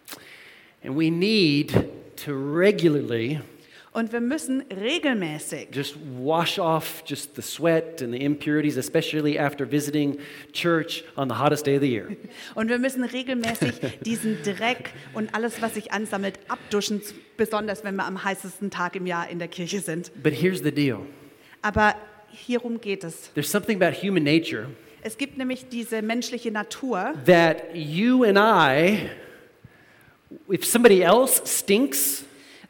S1: And we need to regularly
S2: Und wir müssen regelmäßig
S1: just wash off just the sweat and the impurities, especially after visiting church on the hottest day of the year.
S2: und wir müssen regelmäßig diesen Dreck und alles, was sich ansammelt, abduschen, besonders wenn wir am heißesten Tag im Jahr in der Kirche sind.
S1: But here's the deal.
S2: Aber hierum geht es.
S1: There's something about human nature
S2: Es gibt nämlich diese menschliche Natur,
S1: that you and I, if somebody else stinks,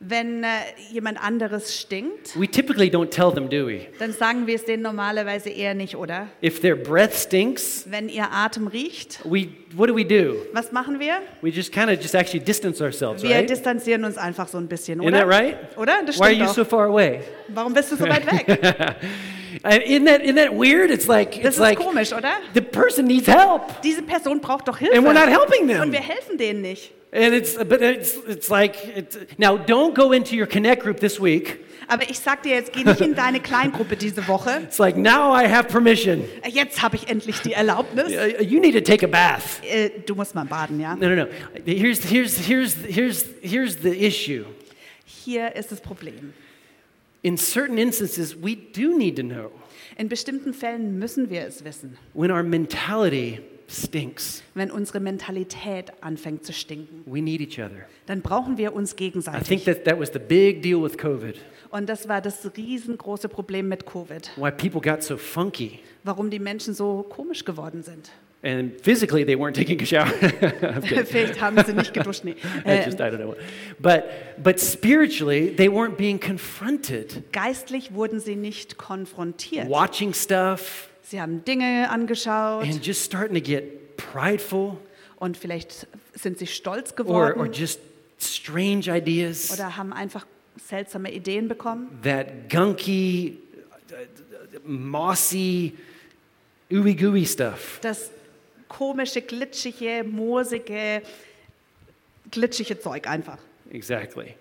S2: Wenn äh, jemand anderes stinkt,
S1: we typically don't tell them, do we?
S2: dann sagen wir es denen normalerweise eher nicht, oder?
S1: If their breath stinks,
S2: Wenn ihr Atem riecht,
S1: we what do we do?
S2: was machen wir?
S1: We just kind of just actually distance ourselves,
S2: Wir
S1: right?
S2: distanzieren uns einfach so ein bisschen,
S1: Isn't
S2: oder?
S1: that right?
S2: Oder? Das
S1: Why are
S2: stimmt
S1: you
S2: doch.
S1: so far away?
S2: Warum bist du so weit weg?
S1: Uh, Isn't that isn't that weird? It's like
S2: Das
S1: it's
S2: ist
S1: like
S2: komisch, oder?
S1: the person needs help,
S2: Diese Person braucht doch Hilfe.
S1: and we're not helping them.
S2: Und wir helfen denen nicht.
S1: And it's but it's it's like it's, now don't go into your connect group this week.
S2: Aber ich sag dir jetzt, geh nicht in deine Kleingruppe diese Woche.
S1: It's like now I have permission.
S2: Jetzt habe ich endlich die Erlaubnis.
S1: Uh, You need to take a bath.
S2: Äh, du musst mal baden, ja?
S1: No, no, no. Here's here's here's here's here's the issue.
S2: Hier ist das Problem.
S1: In certain instances, we do need to know
S2: In bestimmten Fällen müssen wir es wissen,
S1: when our mentality stinks.
S2: wenn unsere Mentalität anfängt zu stinken.
S1: We need each other.
S2: Dann brauchen wir uns
S1: I think
S2: gegenseitig.
S1: that that was the big deal with COVID.
S2: Und das war das riesengroße Problem mit Covid.
S1: Why people got so funky.
S2: Warum die Menschen so komisch geworden sind.
S1: And physically, they weren't taking a shower. I'm kidding.
S2: Vielleicht haben sie nicht geduscht. Nee.
S1: I
S2: Äh,
S1: just, I don't know. But, but spiritually, they weren't being confronted.
S2: geistlich wurden sie nicht konfrontiert.
S1: Watching stuff
S2: Sie haben Dinge angeschaut
S1: and just starting to get prideful
S2: und vielleicht sind sie stolz
S1: or,
S2: geworden
S1: or just strange ideas.
S2: oder haben einfach seltsame Ideen bekommen.
S1: That gunky, uh, mossy, ooey gooey stuff.
S2: Das komische, glitschige, moosige, glitschige Zeug einfach.
S1: Exactly.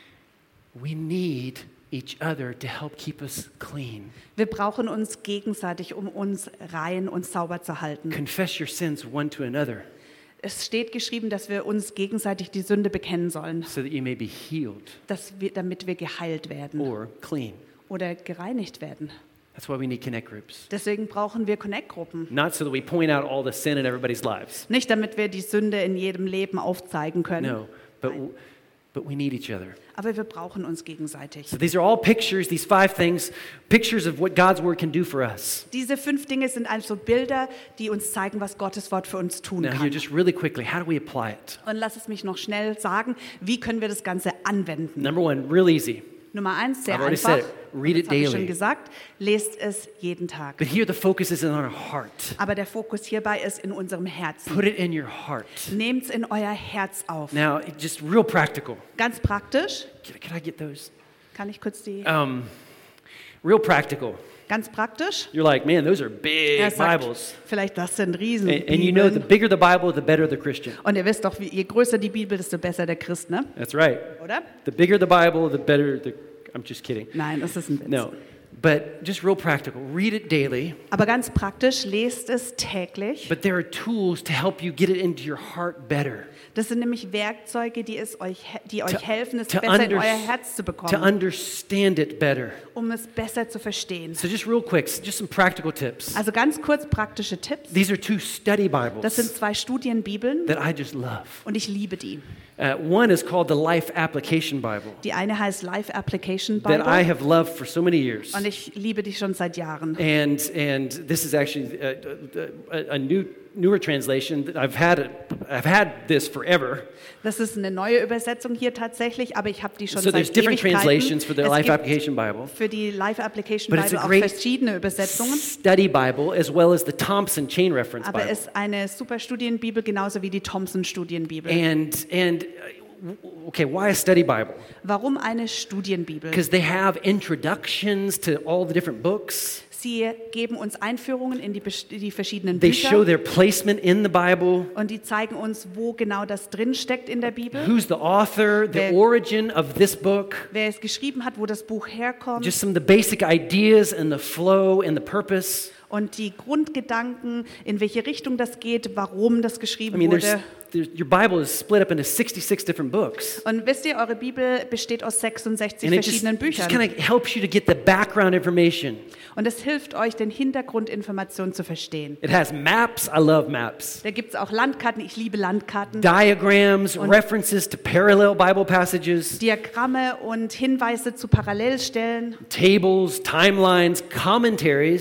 S1: We need each other to help keep us clean.
S2: Wir brauchen uns gegenseitig, um uns rein und sauber zu halten.
S1: Confess your sins one to another
S2: Es steht geschrieben, dass wir uns gegenseitig die Sünde bekennen sollen,
S1: so that you may be healed
S2: dass wir, damit wir geheilt werden
S1: or clean.
S2: oder gereinigt werden.
S1: That's why we need connect groups.
S2: Deswegen brauchen wir Connect-Gruppen.
S1: Not so that we point out all the sin in everybody's lives.
S2: Nicht, damit wir die Sünde in jedem Leben aufzeigen können,
S1: No, but but we need each other.
S2: aber wir brauchen uns gegenseitig.
S1: So these are all pictures, these five things, pictures of what God's word can do for us.
S2: Diese fünf Dinge sind also Bilder, die uns zeigen, was Gottes Wort für uns tun
S1: Now, here,
S2: kann.
S1: just really quickly, how do we apply it?
S2: Und lass es mich noch schnell sagen, wie können wir das Ganze anwenden?
S1: Number one, real easy.
S2: Nummer eins, sehr
S1: I've already
S2: einfach.
S1: said it. Read it
S2: Das habe ich
S1: daily.
S2: schon gesagt. Lest es jeden Tag.
S1: But here the focus is on our heart.
S2: Aber der Fokus hierbei ist in unserem Herzen.
S1: Put it in your heart.
S2: Nehmt es in euer Herz auf.
S1: Now, just real practical.
S2: Ganz praktisch.
S1: Can, can I get those?
S2: Kann ich kurz die...
S1: Um, real practical.
S2: Ganz praktisch.
S1: You're like, man, those are big
S2: Er sagt,
S1: Bibles.
S2: vielleicht das sind riesen
S1: And, and you know, the
S2: Bibeln.
S1: bigger the Bible, the better the Christian.
S2: Und ihr wisst doch, wie- je größer die Bibel, desto besser der Christ, ne?
S1: That's right.
S2: Oder?
S1: The bigger the Bible, the better the. I'm just kidding.
S2: Nein, das ist ein Witz.
S1: No, but just real practical. Read it daily.
S2: Aber ganz praktisch, lest es täglich.
S1: But there are tools to help you get it into your heart better.
S2: Das sind nämlich Werkzeuge, die, es euch, die euch
S1: To-
S2: helfen, es
S1: to
S2: besser in
S1: under-
S2: euer Herz zu
S1: To
S2: bekommen,
S1: understand it better.
S2: um es besser zu verstehen.
S1: So just real quick, just some practical tips.
S2: Also ganz kurz praktische Tipps.
S1: These are two study
S2: Das sind
S1: Bibles
S2: zwei Studienbibeln
S1: that I just love.
S2: und ich liebe die.
S1: Uh, one is called the Life Application Bible
S2: Die eine heißt Life Application
S1: that I
S2: Bible
S1: have loved for so many years.
S2: und ich liebe die schon seit Jahren.
S1: And and this is actually a, a, a new newer translation. I've had it, I've had this forever.
S2: Das ist eine neue Übersetzung hier tatsächlich, aber ich habe die schon
S1: So
S2: seit
S1: there's different
S2: Ewigkeiten.
S1: translations for the
S2: Es
S1: Life
S2: gibt
S1: Application Bible.
S2: für die Life Application
S1: But it's
S2: Bible
S1: a
S2: auch
S1: great
S2: verschiedene Übersetzungen,
S1: Study Bible as well as the Thompson Chain Reference
S2: aber
S1: Bible.
S2: es ist eine super Studienbibel, genauso wie die Thompson Studienbibel.
S1: And and uh, okay, why a study Bible?
S2: Warum eine Studienbibel?
S1: Because they have introductions to all the different books.
S2: Sie geben uns Einführungen in die, bes- die verschiedenen
S1: They show
S2: Bücher
S1: their placement in the Bible,
S2: und die zeigen uns, wo genau das drinsteckt in der Bibel,
S1: who's the author, the
S2: Wer-
S1: origin of this book,
S2: wer es geschrieben hat, wo das Buch herkommt
S1: just some of the basic ideas and the flow and the purpose.
S2: und die Grundgedanken, in welche Richtung das geht, warum das
S1: I
S2: geschrieben
S1: mean, there's,
S2: wurde.
S1: there's, your Bible is split up into sixty-six different books.
S2: Und wisst ihr, eure Bibel besteht aus sechsundsechzig
S1: And it just,
S2: verschiedenen
S1: just
S2: Büchern.
S1: kind of helps you to get the background information.
S2: Und es hilft euch, den Hintergrundinformationen zu verstehen.
S1: It has maps. I love maps.
S2: Da gibt es auch Landkarten. Ich liebe Landkarten.
S1: Diagrams, references to parallel Bible passages,
S2: Diagramme und Hinweise zu Parallelstellen.
S1: tables, timelines, commentaries.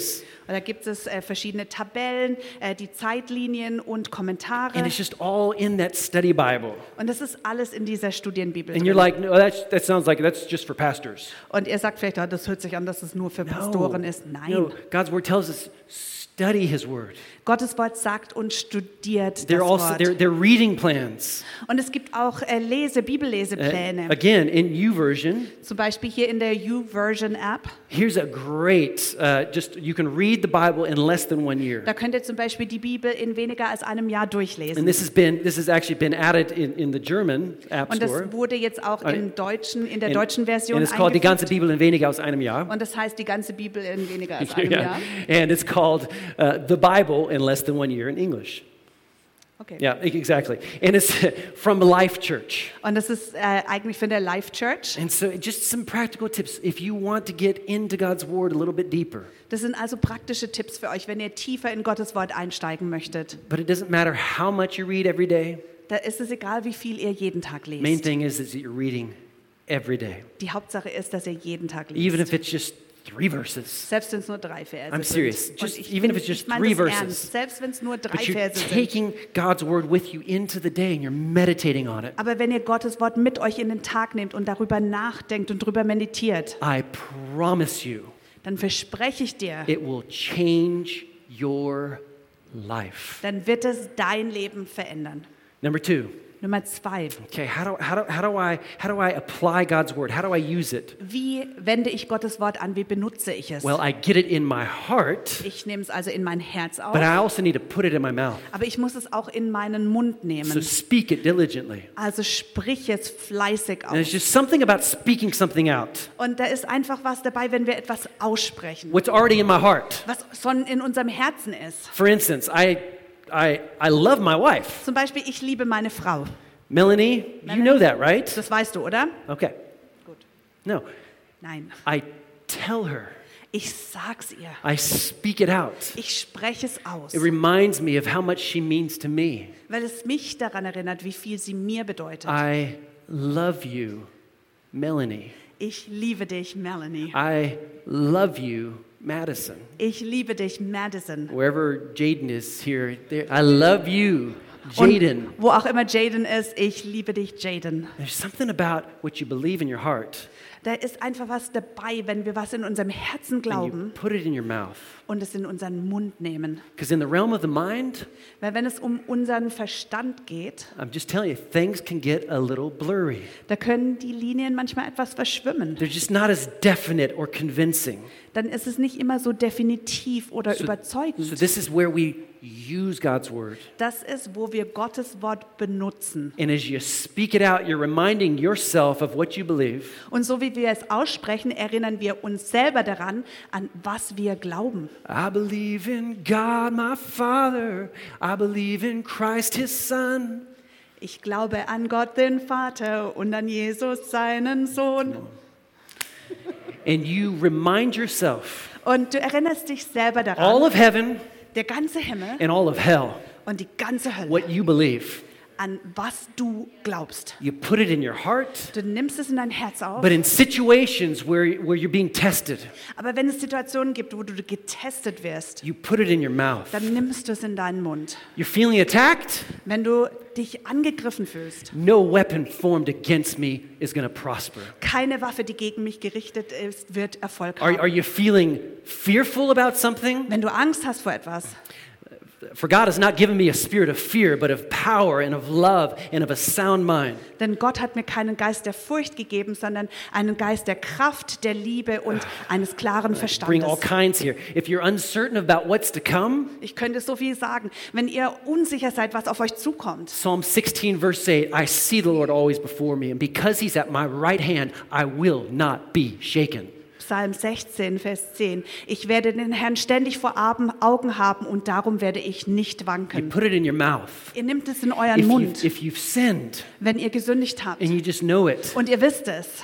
S2: Da gibt es äh, verschiedene Tabellen, äh, die Zeitlinien und Kommentare.
S1: And it's just all in that study Bible.
S2: Und das ist alles in dieser Studienbibel
S1: And
S2: drin.
S1: you're like, no, that's, that sounds like that's just for pastors.
S2: Und ihr sagt vielleicht, oh, das hört sich an, dass es nur für Pastoren ist. Nein.
S1: no, God's word tells us, study His word.
S2: Gottes Wort sagt und studiert
S1: They're
S2: das
S1: also
S2: Wort.
S1: they're, they're reading plans.
S2: Und es gibt auch äh, Lese,
S1: Uh,
S2: Bibellesepläne.
S1: again, in YouVersion,
S2: Zum Beispiel hier in der YouVersion App.
S1: here's a great, uh, just you can read the Bible in less than one year.
S2: Da könnt ihr zum Beispiel die Bibel in weniger als einem Jahr durchlesen.
S1: And this has been, this has actually been added in, in the German App
S2: Und
S1: Store.
S2: das wurde jetzt auch im deutschen, in der
S1: And-
S2: deutschen Version
S1: And it's called Die ganze
S2: eingefügt.
S1: Bibel in weniger als einem Jahr.
S2: Und das heißt die ganze Bibel in weniger als einem
S1: Yeah.
S2: Jahr.
S1: And it's called uh, The Bible in less than one year in English.
S2: Okay.
S1: Yeah, e- exactly. And it's from Life Church.
S2: Und das ist äh, eigentlich von der Life Church.
S1: And so just some practical tips if you want to get into God's Word a little bit deeper.
S2: Das sind also praktische Tipps für euch, wenn ihr tiefer in Gottes Wort einsteigen möchtet.
S1: But it doesn't matter how much you read every day.
S2: Da ist es egal, wie viel ihr jeden Tag
S1: Main
S2: lest.
S1: thing is, is that you're reading every day.
S2: Die Hauptsache ist, dass ihr jeden Tag
S1: Even
S2: liest.
S1: if it's just three verses.
S2: Selbst wenn es nur drei Verse
S1: I'm
S2: sind.
S1: serious.
S2: Und
S1: Just-
S2: ich,
S1: even if
S2: bin-
S1: it's just
S2: ich meine
S1: three
S2: das
S1: verses.
S2: ernst. Selbst wenn es nur drei
S1: But you're
S2: Verse sind.
S1: taking God's Word with you into the day and you're meditating on it.
S2: Aber wenn ihr Gottes Wort mit euch in den Tag nehmt und darüber nachdenkt und darüber meditiert,
S1: I promise you,
S2: dann verspreche ich dir,
S1: it will change your life.
S2: dann wird es dein Leben verändern.
S1: Number two.
S2: Nummer zwei.
S1: Okay, how do, how, do, how, do I, how do I apply God's Word? How do I use it?
S2: Wie wende ich Gottes Wort an? Wie benutze ich es?
S1: Well, I get it in my heart,
S2: Ich nehme es also in mein Herz auf,
S1: but I also need to put it in my mouth.
S2: aber ich muss es auch in meinen Mund
S1: So
S2: nehmen.
S1: speak it diligently.
S2: Also sprich es fleißig
S1: And there's
S2: aus.
S1: just something about speaking something out.
S2: Und da ist einfach was dabei, wenn wir etwas aussprechen,
S1: What's already in my heart.
S2: was schon in unserem Herzen ist.
S1: For instance, I, I, I love my wife.
S2: Zum Beispiel, ich liebe meine Frau.
S1: Melanie, you know that, right?
S2: Das weißt du, oder?
S1: Okay.
S2: Gut.
S1: No,
S2: Nein.
S1: I tell her.
S2: Ich sag's ihr.
S1: I speak it out.
S2: Ich spreche es aus,
S1: It reminds me of how much she means to me.
S2: weil es mich daran erinnert, wie viel sie mir bedeutet.
S1: I love you, Melanie.
S2: Ich liebe dich, Melanie.
S1: I love you, Madison.
S2: Ich liebe dich, Madison.
S1: Wherever Jaden is here, there, I love you,
S2: Und
S1: Jaden.
S2: wo auch immer Jaden ist, ich liebe dich, Jaden.
S1: There's something about what you believe in your heart,
S2: Da ist einfach was dabei, wenn wir was in unserem Herzen
S1: and you
S2: glauben
S1: put it in your mouth.
S2: und es in unseren Mund nehmen.
S1: Because in the realm of the mind,
S2: Weil wenn es um unseren Verstand geht,
S1: I'm just telling you, things can get a little blurry.
S2: da können die Linien manchmal etwas verschwimmen.
S1: They're just not as definite or convincing.
S2: Dann ist es nicht immer so definitiv oder
S1: So,
S2: überzeugend.
S1: so this is where we use God's word.
S2: Das ist, wo wir Gottes Wort benutzen.
S1: And as you speak it out, you're reminding yourself of what you believe.
S2: Und so wie wir es aussprechen, erinnern wir uns selber daran, an was wir glauben.
S1: I believe in God, my Father. I believe in Christ, his Son.
S2: Ich glaube an Gott, den Vater, und an Jesus, seinen Sohn.
S1: And you remind yourself,
S2: Und du erinnerst dich selber
S1: all
S2: daran,
S1: of heaven
S2: der ganze Himmel
S1: and all of hell,
S2: und die ganze Hölle,
S1: what you believe.
S2: an was du glaubst.
S1: You put it in your heart,
S2: Du nimmst es in dein Herz auf,
S1: but in situations where, where you're being tested,
S2: aber wenn es Situationen gibt, wo du getestet wirst,
S1: you put it in your mouth.
S2: dann nimmst du es in deinen Mund.
S1: You're feeling attacked?
S2: Wenn du dich angegriffen fühlst,
S1: No weapon formed against me is going to prosper.
S2: keine Waffe, die gegen mich gerichtet ist, wird Erfolg
S1: Are,
S2: haben.
S1: are you feeling fearful about something?
S2: Wenn du Angst hast vor etwas,
S1: For God has not given me a spirit of fear, but of power and of love and of a sound mind.
S2: denn Gott hat mir keinen Geist der Furcht gegeben, sondern einen Geist der Kraft, der Liebe und eines klaren
S1: Bring all
S2: Verstandes.
S1: kinds here. If you're uncertain about what's to come,
S2: Ich könnte so viel sagen. Wenn ihr unsicher seid, was auf euch zukommt,
S1: Psalm sixteen, verse eight, I see the Lord always before me, and because he's at my right hand, I will not be shaken.
S2: Psalm sechzehn, Vers zehn, ich werde den Herrn ständig vor Augen haben und darum werde ich nicht
S1: You
S2: wanken.
S1: put it in your mouth.
S2: Ihr nehmt es in euren
S1: If, you,
S2: Mund,
S1: if you've sinned
S2: wenn ihr gesündigt habt
S1: and you just know it,
S2: und ihr wisst es.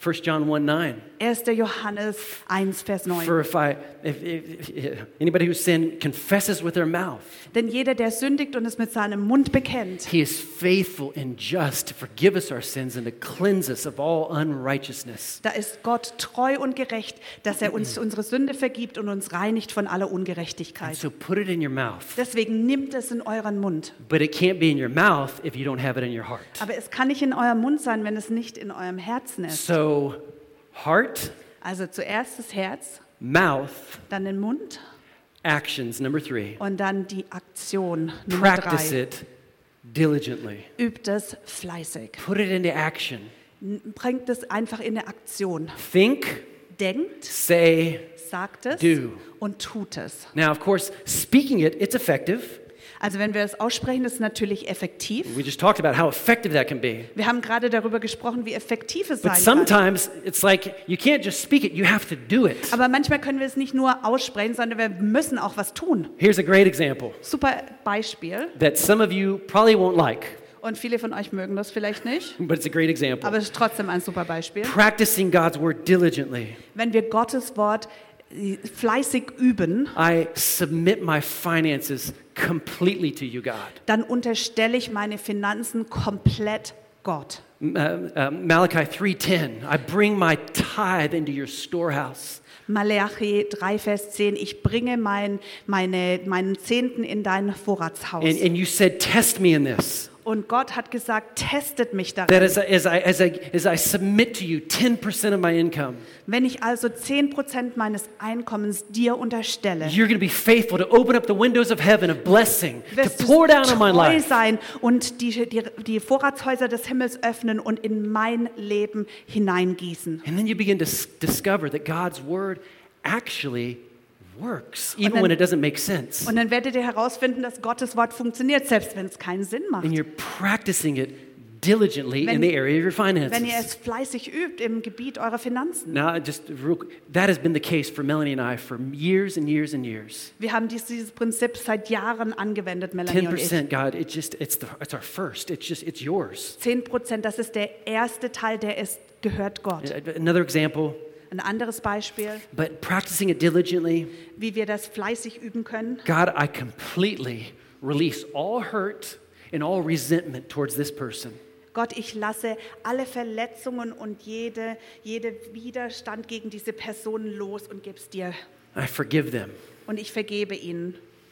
S1: First John one nine.
S2: erster Johannes eins, Vers neun.
S1: For if I, if, if, if anybody who sinned confesses with their mouth,
S2: Denn jeder, der sündigt und es mit seinem Mund bekennt,
S1: he is faithful and just to forgive us our sins and to cleanse us of all unrighteousness.
S2: da ist Gott treu und gerecht, dass er uns unsere Sünde vergibt und uns reinigt von aller Ungerechtigkeit.
S1: So put it in your mouth.
S2: Deswegen nimmt es in euren Mund.
S1: But it can't be in your mouth if you don't have it in your heart.
S2: Aber es kann nicht in eurem Mund sein, wenn es nicht in eurem Herzen ist.
S1: So, heart,
S2: Also zuerst das Herz,
S1: mouth,
S2: dann den Mund
S1: actions, number three.
S2: und dann die Aktion. Nummer
S1: Practice
S2: drei.
S1: it diligently.
S2: Übt es fleißig.
S1: Put it into action.
S2: N- Bringt es einfach in eine Aktion.
S1: Think,
S2: Denkt,
S1: say,
S2: sagt es
S1: do.
S2: und tut es.
S1: Now, of course, speaking it, it's effective.
S2: Also wenn wir es aussprechen, ist es natürlich effektiv.
S1: We just talked about how effective that can be.
S2: Wir haben gerade darüber gesprochen, wie effektiv es
S1: But
S2: sein kann.
S1: sometimes it's like you can't just speak it, you have to do it.
S2: Aber manchmal können wir es nicht nur aussprechen, sondern wir müssen auch was tun.
S1: Here's a great example
S2: Super Beispiel.
S1: that some of you probably won't like,
S2: Und viele von euch mögen das vielleicht nicht,
S1: but it's a great example.
S2: aber es ist trotzdem ein super Beispiel.
S1: Practicing God's word diligently.
S2: Wenn wir Gottes Wort äh, fleißig üben,
S1: I submit my finances completely to you, God.
S2: dann unterstelle ich meine Finanzen komplett Gott.
S1: Uh, uh, Malachi three ten, I bring my tithe into your storehouse.
S2: Malachi drei, Vers zehn, ich bringe mein, meine, meinen Zehnten in dein Vorratshaus.
S1: And, and you said, test me in this.
S2: Und Gott hat gesagt, testet mich
S1: That
S2: darin.
S1: as I, as I, as I, as I submit to you ten percent of my income,
S2: Wenn ich also zehn Prozent meines Einkommens dir unterstelle,
S1: you're going to be faithful to open up the windows of heaven of blessing, to
S2: wirst
S1: pour
S2: du
S1: down on my
S2: treu
S1: life.
S2: sein und die, die, die Vorratshäuser des Himmels öffnen und in mein Leben hineingießen.
S1: And then you begin to s- discover that God's word actually works, even
S2: then-
S1: when it doesn't make sense.
S2: Und dann werdet ihr herausfinden, dass Gottes Wort funktioniert, selbst wenn es keinen Sinn macht.
S1: And you're practicing it diligently
S2: Wenn-
S1: in the area of your
S2: Wenn ihr
S1: finances.
S2: es fleißig übt im Gebiet eurer Finanzen.
S1: Now, just real, that has been the case for Melanie and I for years and years and years.
S2: Wir haben dies, dieses Prinzip seit Jahren angewendet, Melanie
S1: Ten
S2: und ich.
S1: percent, God, it just it's the it's our first. It's just it's yours.
S2: zehn Prozent, das ist der erste Teil, der ist, gehört Gott.
S1: Another example,
S2: Ein anderes Beispiel,
S1: but practicing it diligently,
S2: wie wir das fleißig üben können.
S1: God, I completely release all hurt and all resentment towards this person.
S2: Gott, ich lasse alle Verletzungen und jede, jede Widerstand gegen diese Person los und gebe es dir.
S1: I forgive them.
S2: Und ich vergebe ihnen.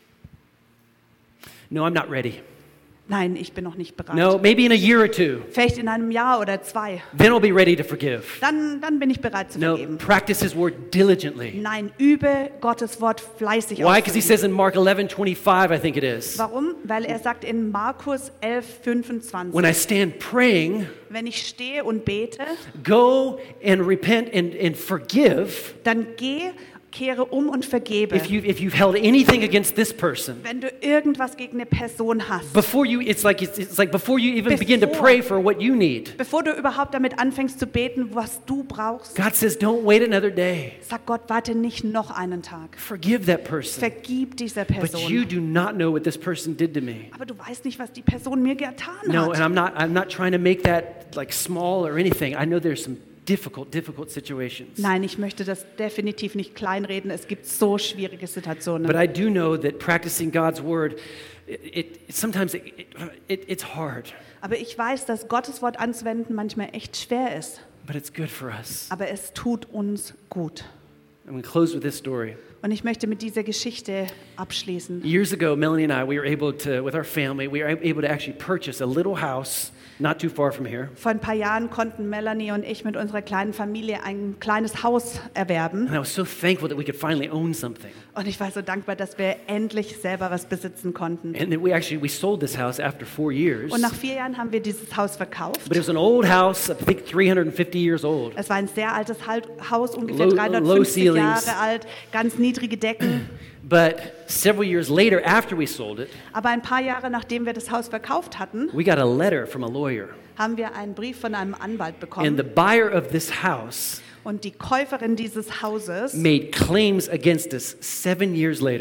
S1: No, I'm not ready.
S2: Nein, ich bin noch nicht bereit.
S1: No, maybe in a year or two.
S2: Vielleicht in einem Jahr oder zwei.
S1: Then I'll be ready to forgive.
S2: Dann, dann bin ich bereit zu
S1: No,
S2: vergeben.
S1: practice His word diligently.
S2: Nein, übe Gottes Wort fleißig
S1: Why? Because He
S2: auszuüben.
S1: says in Mark eleven twenty-five, I think it is,
S2: Warum? Weil er sagt in Markus elf, fünfundzwanzig,
S1: when I stand praying,
S2: wenn ich stehe und bete,
S1: go and repent and, and forgive
S2: dann geh, kehre um und vergebe.
S1: if, you, if you've held anything against this person.
S2: Wenn du irgendwas gegen eine Person hast,
S1: Before you, it's like, it's, it's like before you even begin to
S2: Bevor-
S1: pray for what you need.
S2: bevor du überhaupt damit anfängst zu beten, was du brauchst,
S1: God says, don't wait another day.
S2: sag Gott, warte nicht noch einen Tag.
S1: Forgive that person.
S2: Vergib dieser
S1: But you
S2: Person.
S1: do not know what this person did to me.
S2: Aber du weißt nicht, was die Person mir getan
S1: No, and
S2: hat.
S1: I'm not, I'm not trying to make that like small or anything. I know there's some difficult, difficult situations.
S2: Nein, ich möchte das definitiv nicht kleinreden. Es gibt so schwierige Situationen.
S1: But I do know that practicing God's word, it, it sometimes it, it, it's hard,
S2: Aber ich weiß, dass Gottes Wort anzuwenden manchmal echt schwer ist.
S1: but it's good for us.
S2: Aber es tut uns gut.
S1: I'm going to close with this story.
S2: Und ich möchte mit dieser Geschichte abschließen.
S1: Years ago, Melanie and I, we were able to, with our family, we were able to actually purchase a little house not too far from here.
S2: Vor ein paar Jahren konnten Melanie und ich mit unserer kleinen Familie ein kleines Haus erwerben.
S1: And I was so thankful that we could finally own something.
S2: Und ich war so dankbar, dass wir endlich selber was besitzen konnten.
S1: And then we actually, we sold this house after four years.
S2: Und nach vier Jahren haben wir dieses Haus verkauft.
S1: But it was an old house, I think three hundred fifty years old.
S2: Es war ein sehr altes Halt- Haus, ungefähr
S1: Low- low
S2: dreihundertfünfzig
S1: ceilings.
S2: Jahre alt, ganz niedrige Decken.
S1: But several years later, after we sold it,
S2: Aber ein paar Jahre nachdem wir das Haus verkauft hatten,
S1: we got a letter from a lawyer.
S2: haben wir einen Brief von einem Anwalt
S1: And
S2: bekommen.
S1: the buyer of this house
S2: Und die Käuferin dieses Hauses
S1: made claims against us seven years later.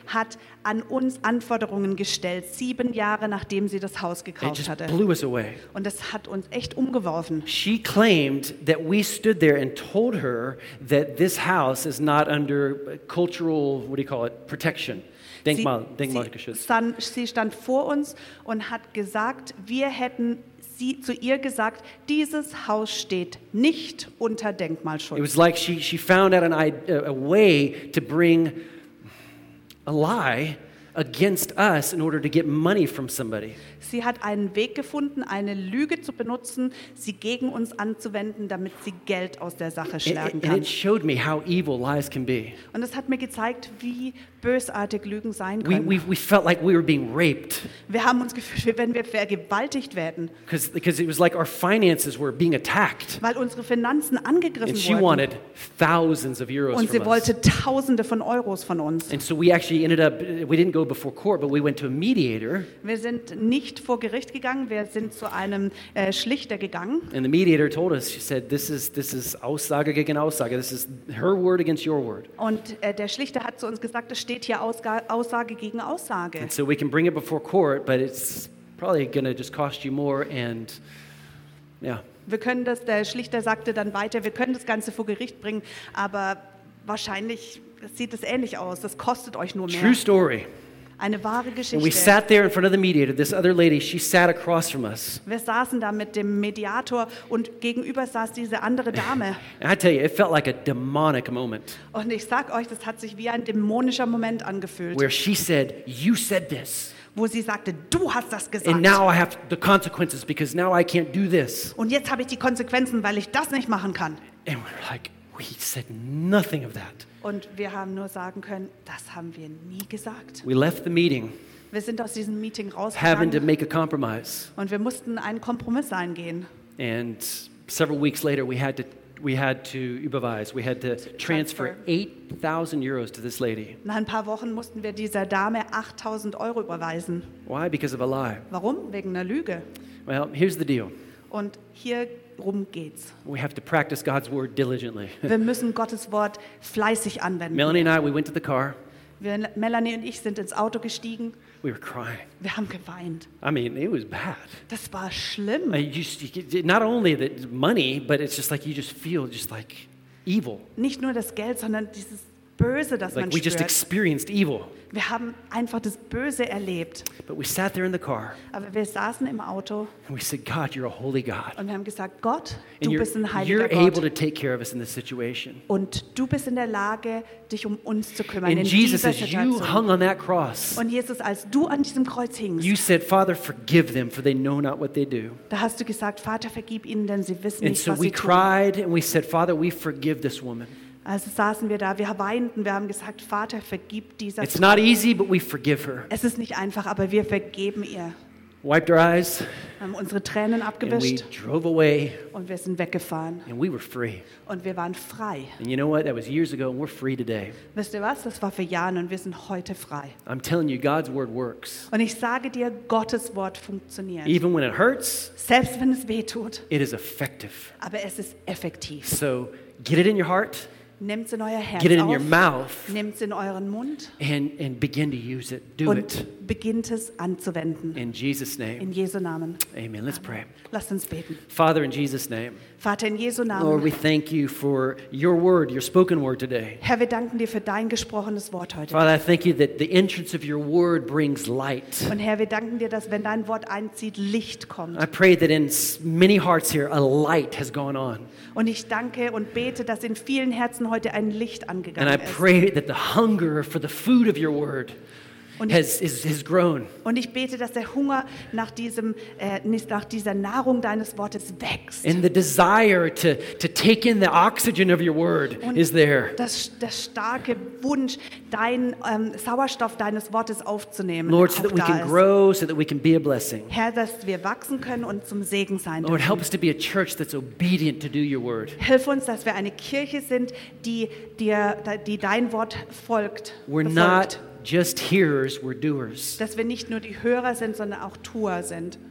S2: hat an uns Anforderungen gestellt, sieben Jahre nachdem sie das Haus
S1: It
S2: gekauft
S1: just
S2: hatte.
S1: blew us away.
S2: Und das hat uns echt umgeworfen.
S1: She claimed that we stood there and told her that this house is not under cultural, what do you call it, protection. Denkmal,
S2: Sie,
S1: Denkmalgeschützt.
S2: sie, stand, sie stand vor uns und hat gesagt, wir hätten sie, zu ihr gesagt, dieses Haus steht nicht unter
S1: It
S2: Denkmalschutz.
S1: was like she, she found out an, i- a way to bring a lie against us in order to get money from somebody.
S2: Sie hat einen Weg gefunden, eine Lüge zu benutzen, sie gegen uns anzuwenden, damit sie Geld aus der Sache
S1: And,
S2: schlagen
S1: and
S2: kann.
S1: it showed me how evil lies can be.
S2: Und es hat mir gezeigt, wie bösartig Lügen sein
S1: We,
S2: können.
S1: we, we felt like we were being raped
S2: Wir haben uns gefühlt, wie wenn wir vergewaltigt werden,
S1: because because it was like our finances were being attacked.
S2: weil unsere Finanzen angegriffen
S1: And she
S2: wurden.
S1: wanted thousands of euros
S2: Und sie
S1: from us.
S2: wollte Tausende von Euros von uns.
S1: And so we actually ended up, we didn't go before court, but we went to a mediator.
S2: Wir sind nicht vor Gericht gegangen, wir sind zu einem äh, Schlichter gegangen.
S1: And the mediator told us, she said, this is, this is Aussage gegen Aussage. This is her word against your word.
S2: Und äh, der Schlichter hat zu uns gesagt, es steht hier Ausga Aussage gegen Aussage.
S1: And so we can bring it before court, but it's probably going to just cost you more. And yeah,
S2: Wir können das, der Schlichter sagte dann weiter, wir können das Ganze vor Gericht bringen, aber wahrscheinlich sieht es ähnlich aus, das kostet euch nur
S1: true
S2: mehr.
S1: story.
S2: Eine wahre
S1: And we
S2: Geschichte.
S1: sat there in front of the mediator. This other lady, she sat across from us.
S2: Wir saßen da mit dem Mediator und gegenüber saß diese andere Dame.
S1: And I tell you, it felt like a demonic moment
S2: Und ich sag euch, das hat sich wie ein dämonischer Moment angefühlt,
S1: where she said, you said this.
S2: wo sie sagte, du hast das
S1: And
S2: gesagt.
S1: now I have the consequences because now I can't do this.
S2: Und jetzt habe ich die Konsequenzen, weil ich das nicht machen kann.
S1: And we're like, we said nothing of that.
S2: Und wir haben nur sagen können, das haben wir nie gesagt.
S1: We left the meeting
S2: Wir sind aus diesem Meeting
S1: having to
S2: rausgegangen
S1: make a compromise.
S2: und wir mussten einen Kompromiss eingehen.
S1: And several weeks later, we had to we had to überweise. We had to transfer eight thousand euros to this lady.
S2: Nach ein paar Wochen mussten wir dieser Dame achttausend Euro überweisen.
S1: Why? Because of a lie.
S2: Warum? Wegen einer Lüge.
S1: Well, here's the deal.
S2: Und hierum geht's.
S1: We have to practice God's word diligently.
S2: Wir müssen Gottes Wort fleißig anwenden.
S1: Melanie and I, we went to the car.
S2: Wir, Melanie und ich sind ins Auto gestiegen.
S1: We were crying.
S2: Wir haben geweint.
S1: I mean, it was bad.
S2: Das war schlimm.
S1: I just, you get- not only the money, but it's just like you just feel just like evil.
S2: Nicht nur das Geld, sondern dieses Böse, das man
S1: Like we just
S2: spürt.
S1: experienced evil.
S2: Wir haben einfach das Böse erlebt.
S1: But we sat there in the car
S2: Aber wir saßen im Auto
S1: and we said, God, you're a holy God.
S2: und wir haben gesagt, Gott,
S1: And
S2: du
S1: you're,
S2: bist ein
S1: you're
S2: heiliger
S1: able
S2: Gott.
S1: to take care of us in this situation.
S2: Und du bist in der Lage, dich um uns zu kümmern in
S1: And Jesus,
S2: dieser
S1: as you
S2: Situation.
S1: hung on that cross,
S2: Und Jesus, als du an diesem Kreuz hingst,
S1: you said, Father, forgive them, for they know not what they do.
S2: da hast du gesagt, Vater, vergib ihnen, denn sie wissen
S1: And
S2: nicht,
S1: so
S2: was
S1: we
S2: sie tun.
S1: cried and we said, Father, we forgive this woman.
S2: Also saßen wir da, wir weinten, wir haben gesagt, Vater, vergib dieser
S1: It's
S2: Frau.
S1: not easy, but we forgive her.
S2: Es ist nicht einfach, aber wir vergeben ihr.
S1: Wiped our eyes
S2: Wir haben unsere Tränen
S1: and we
S2: abgewischt
S1: drove away
S2: und wir sind weggefahren.
S1: and we were free.
S2: Und wir waren frei.
S1: And you know what? That was years ago and we're free today.
S2: Wisst ihr was? Das war für Jahre und wir sind heute frei.
S1: I'm telling you, God's word works.
S2: Und ich sage dir, Gottes Wort funktioniert.
S1: Even when it hurts,
S2: Selbst wenn es weh tut,
S1: it is effective.
S2: aber es ist effektiv.
S1: So get it in your heart,
S2: Nehmt es in euer Herz
S1: get it in
S2: auf,
S1: your mouth,
S2: nehmt es in euren Mund
S1: and, and begin to use it. Do it.
S2: und beginnt es anzuwenden.
S1: In Jesus'
S2: In
S1: name.
S2: Jesu Namen.
S1: Amen. Let's pray.
S2: Lasst uns beten.
S1: Father, in Jesus' name,
S2: Vater, in Jesu
S1: Lord,
S2: Namen.
S1: we thank you for your word, your spoken word today.
S2: Herr, wir danken dir für dein gesprochenes Wort heute.
S1: Father, I thank you that the entrance of your word brings light.
S2: Und Herr, wir danken dir, dass wenn dein Wort einzieht, Licht kommt.
S1: I pray that in s- many hearts here, a light has gone on.
S2: Und ich danke und bete, dass in vielen Herzen heute ein Licht
S1: And
S2: angegangen
S1: I
S2: ist.
S1: pray that the hunger for the food of your word
S2: Und ich,
S1: has, is, has grown.
S2: und ich bete, dass der Hunger nach, diesem, äh, nicht nach dieser Nahrung deines Wortes wächst.
S1: And the desire to, to take in the oxygen of your word
S2: Und
S1: is there.
S2: das, das starke Wunsch, dein ähm, Sauerstoff deines Wortes aufzunehmen.
S1: Lord, so
S2: auch
S1: that we
S2: da
S1: can
S2: ist.
S1: grow, so that we can be a blessing.
S2: Herr, dass wir wachsen können und zum Segen sein
S1: Lord,
S2: dürfen.
S1: help us to be a church that's obedient to do your word.
S2: Hilf uns, dass wir eine Kirche sind, die, dir, die dein Wort folgt.
S1: We're
S2: befolgt.
S1: not just hearers, we're doers.
S2: Dass wir nicht nur die Hörer sind, sondern auch Tuer sind.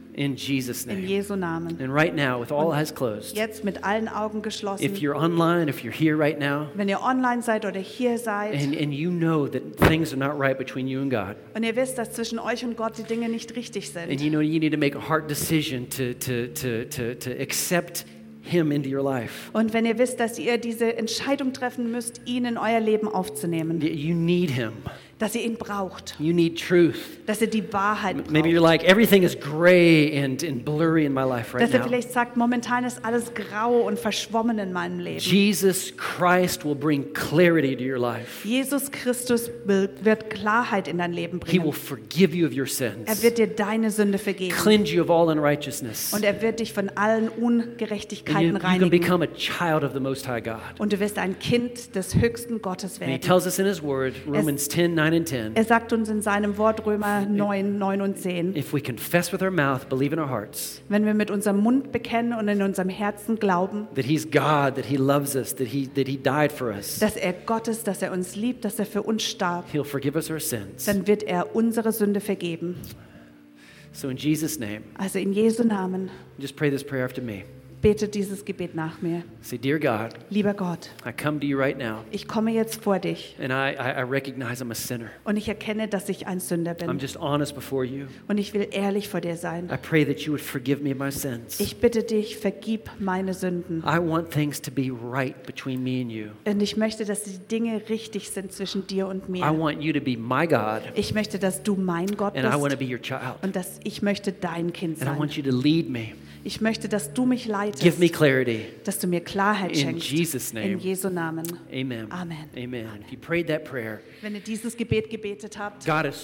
S1: In Jesus'
S2: In
S1: name.
S2: Jesu Namen.
S1: And right now, with all eyes closed,
S2: Jetzt mit allen Augen
S1: if
S2: geschlossen.
S1: you're online, if you're here right now,
S2: Wenn ihr online seid oder hier seid
S1: and, and you know that things are not right between you and God,
S2: und ihr wisst, dass zwischen euch und Gott die Dinge nicht richtig
S1: and
S2: sind.
S1: you know you need to make a hard decision to, to, to, to, to accept Him into your life.
S2: Und wenn ihr wisst, dass ihr diese Entscheidung treffen müsst, ihn in euer Leben aufzunehmen,
S1: You need Him.
S2: dass ihr ihn braucht,
S1: You need truth.
S2: dass ihr die Wahrheit
S1: Maybe you're
S2: braucht.
S1: like, everything is gray and, and blurry in my life right
S2: Dass ihr
S1: now.
S2: vielleicht sagt, momentan ist alles grau und verschwommen in meinem Leben.
S1: Jesus Christ will bring clarity to your life.
S2: Jesus Christus will- wird Klarheit in dein Leben
S1: He will
S2: bringen.
S1: forgive you of your
S2: Er
S1: sins,
S2: wird dir deine Sünde vergeben.
S1: cleanse you of all unrighteousness,
S2: Und er wird dich von allen
S1: and you,
S2: Ungerechtigkeiten
S1: you can
S2: reinigen.
S1: become a child of the Most High God.
S2: Und du wirst ein Kind des höchsten Gottes
S1: And He
S2: werden.
S1: tells us in His Word, Romans ten, nine and ten,
S2: Er sagt uns in seinem Wort Römer neun, neun und zehn,
S1: if we confess with our mouth, believe in our hearts,
S2: wenn wir mit unserem Mund bekennen und in unserem Herzen glauben,
S1: that He's God, that He loves us, that He, that he died for us,
S2: dass er Gott ist, dass er uns liebt, dass er für uns starb,
S1: He'll forgive us our sins.
S2: dann wird er unsere Sünde vergeben.
S1: So in Jesus' name,
S2: Also in Jesu Namen,
S1: just pray this prayer after me.
S2: bete dieses Gebet nach mir.
S1: Say, Dear God,
S2: Lieber Gott,
S1: I come to you right now,
S2: ich komme jetzt vor dich
S1: and I, I, I recognize I'm a sinner.
S2: und ich erkenne, dass ich ein Sünder
S1: I'm
S2: bin.
S1: just honest before you.
S2: Und ich will ehrlich vor dir sein.
S1: I pray that you would forgive me of my sins.
S2: Ich bitte dich, vergib meine Sünden.
S1: I want things to be right between me and you.
S2: Und ich möchte, dass die Dinge richtig sind zwischen dir und
S1: I
S2: mir.
S1: want you to be my God,
S2: Ich möchte, dass du mein Gott
S1: and I want to
S2: bist
S1: be your child.
S2: und dass ich möchte dein Kind
S1: And I
S2: sein.
S1: want you to lead me.
S2: Ich möchte, dass du mich
S1: Give me
S2: leitest,
S1: clarity.
S2: dass du mir Klarheit
S1: In
S2: schenkst.
S1: Jesus' name.
S2: In Jesu Namen.
S1: Amen.
S2: Amen.
S1: Amen. If you prayed that prayer,
S2: Wenn ihr dieses Gebet gebetet habt,
S1: God is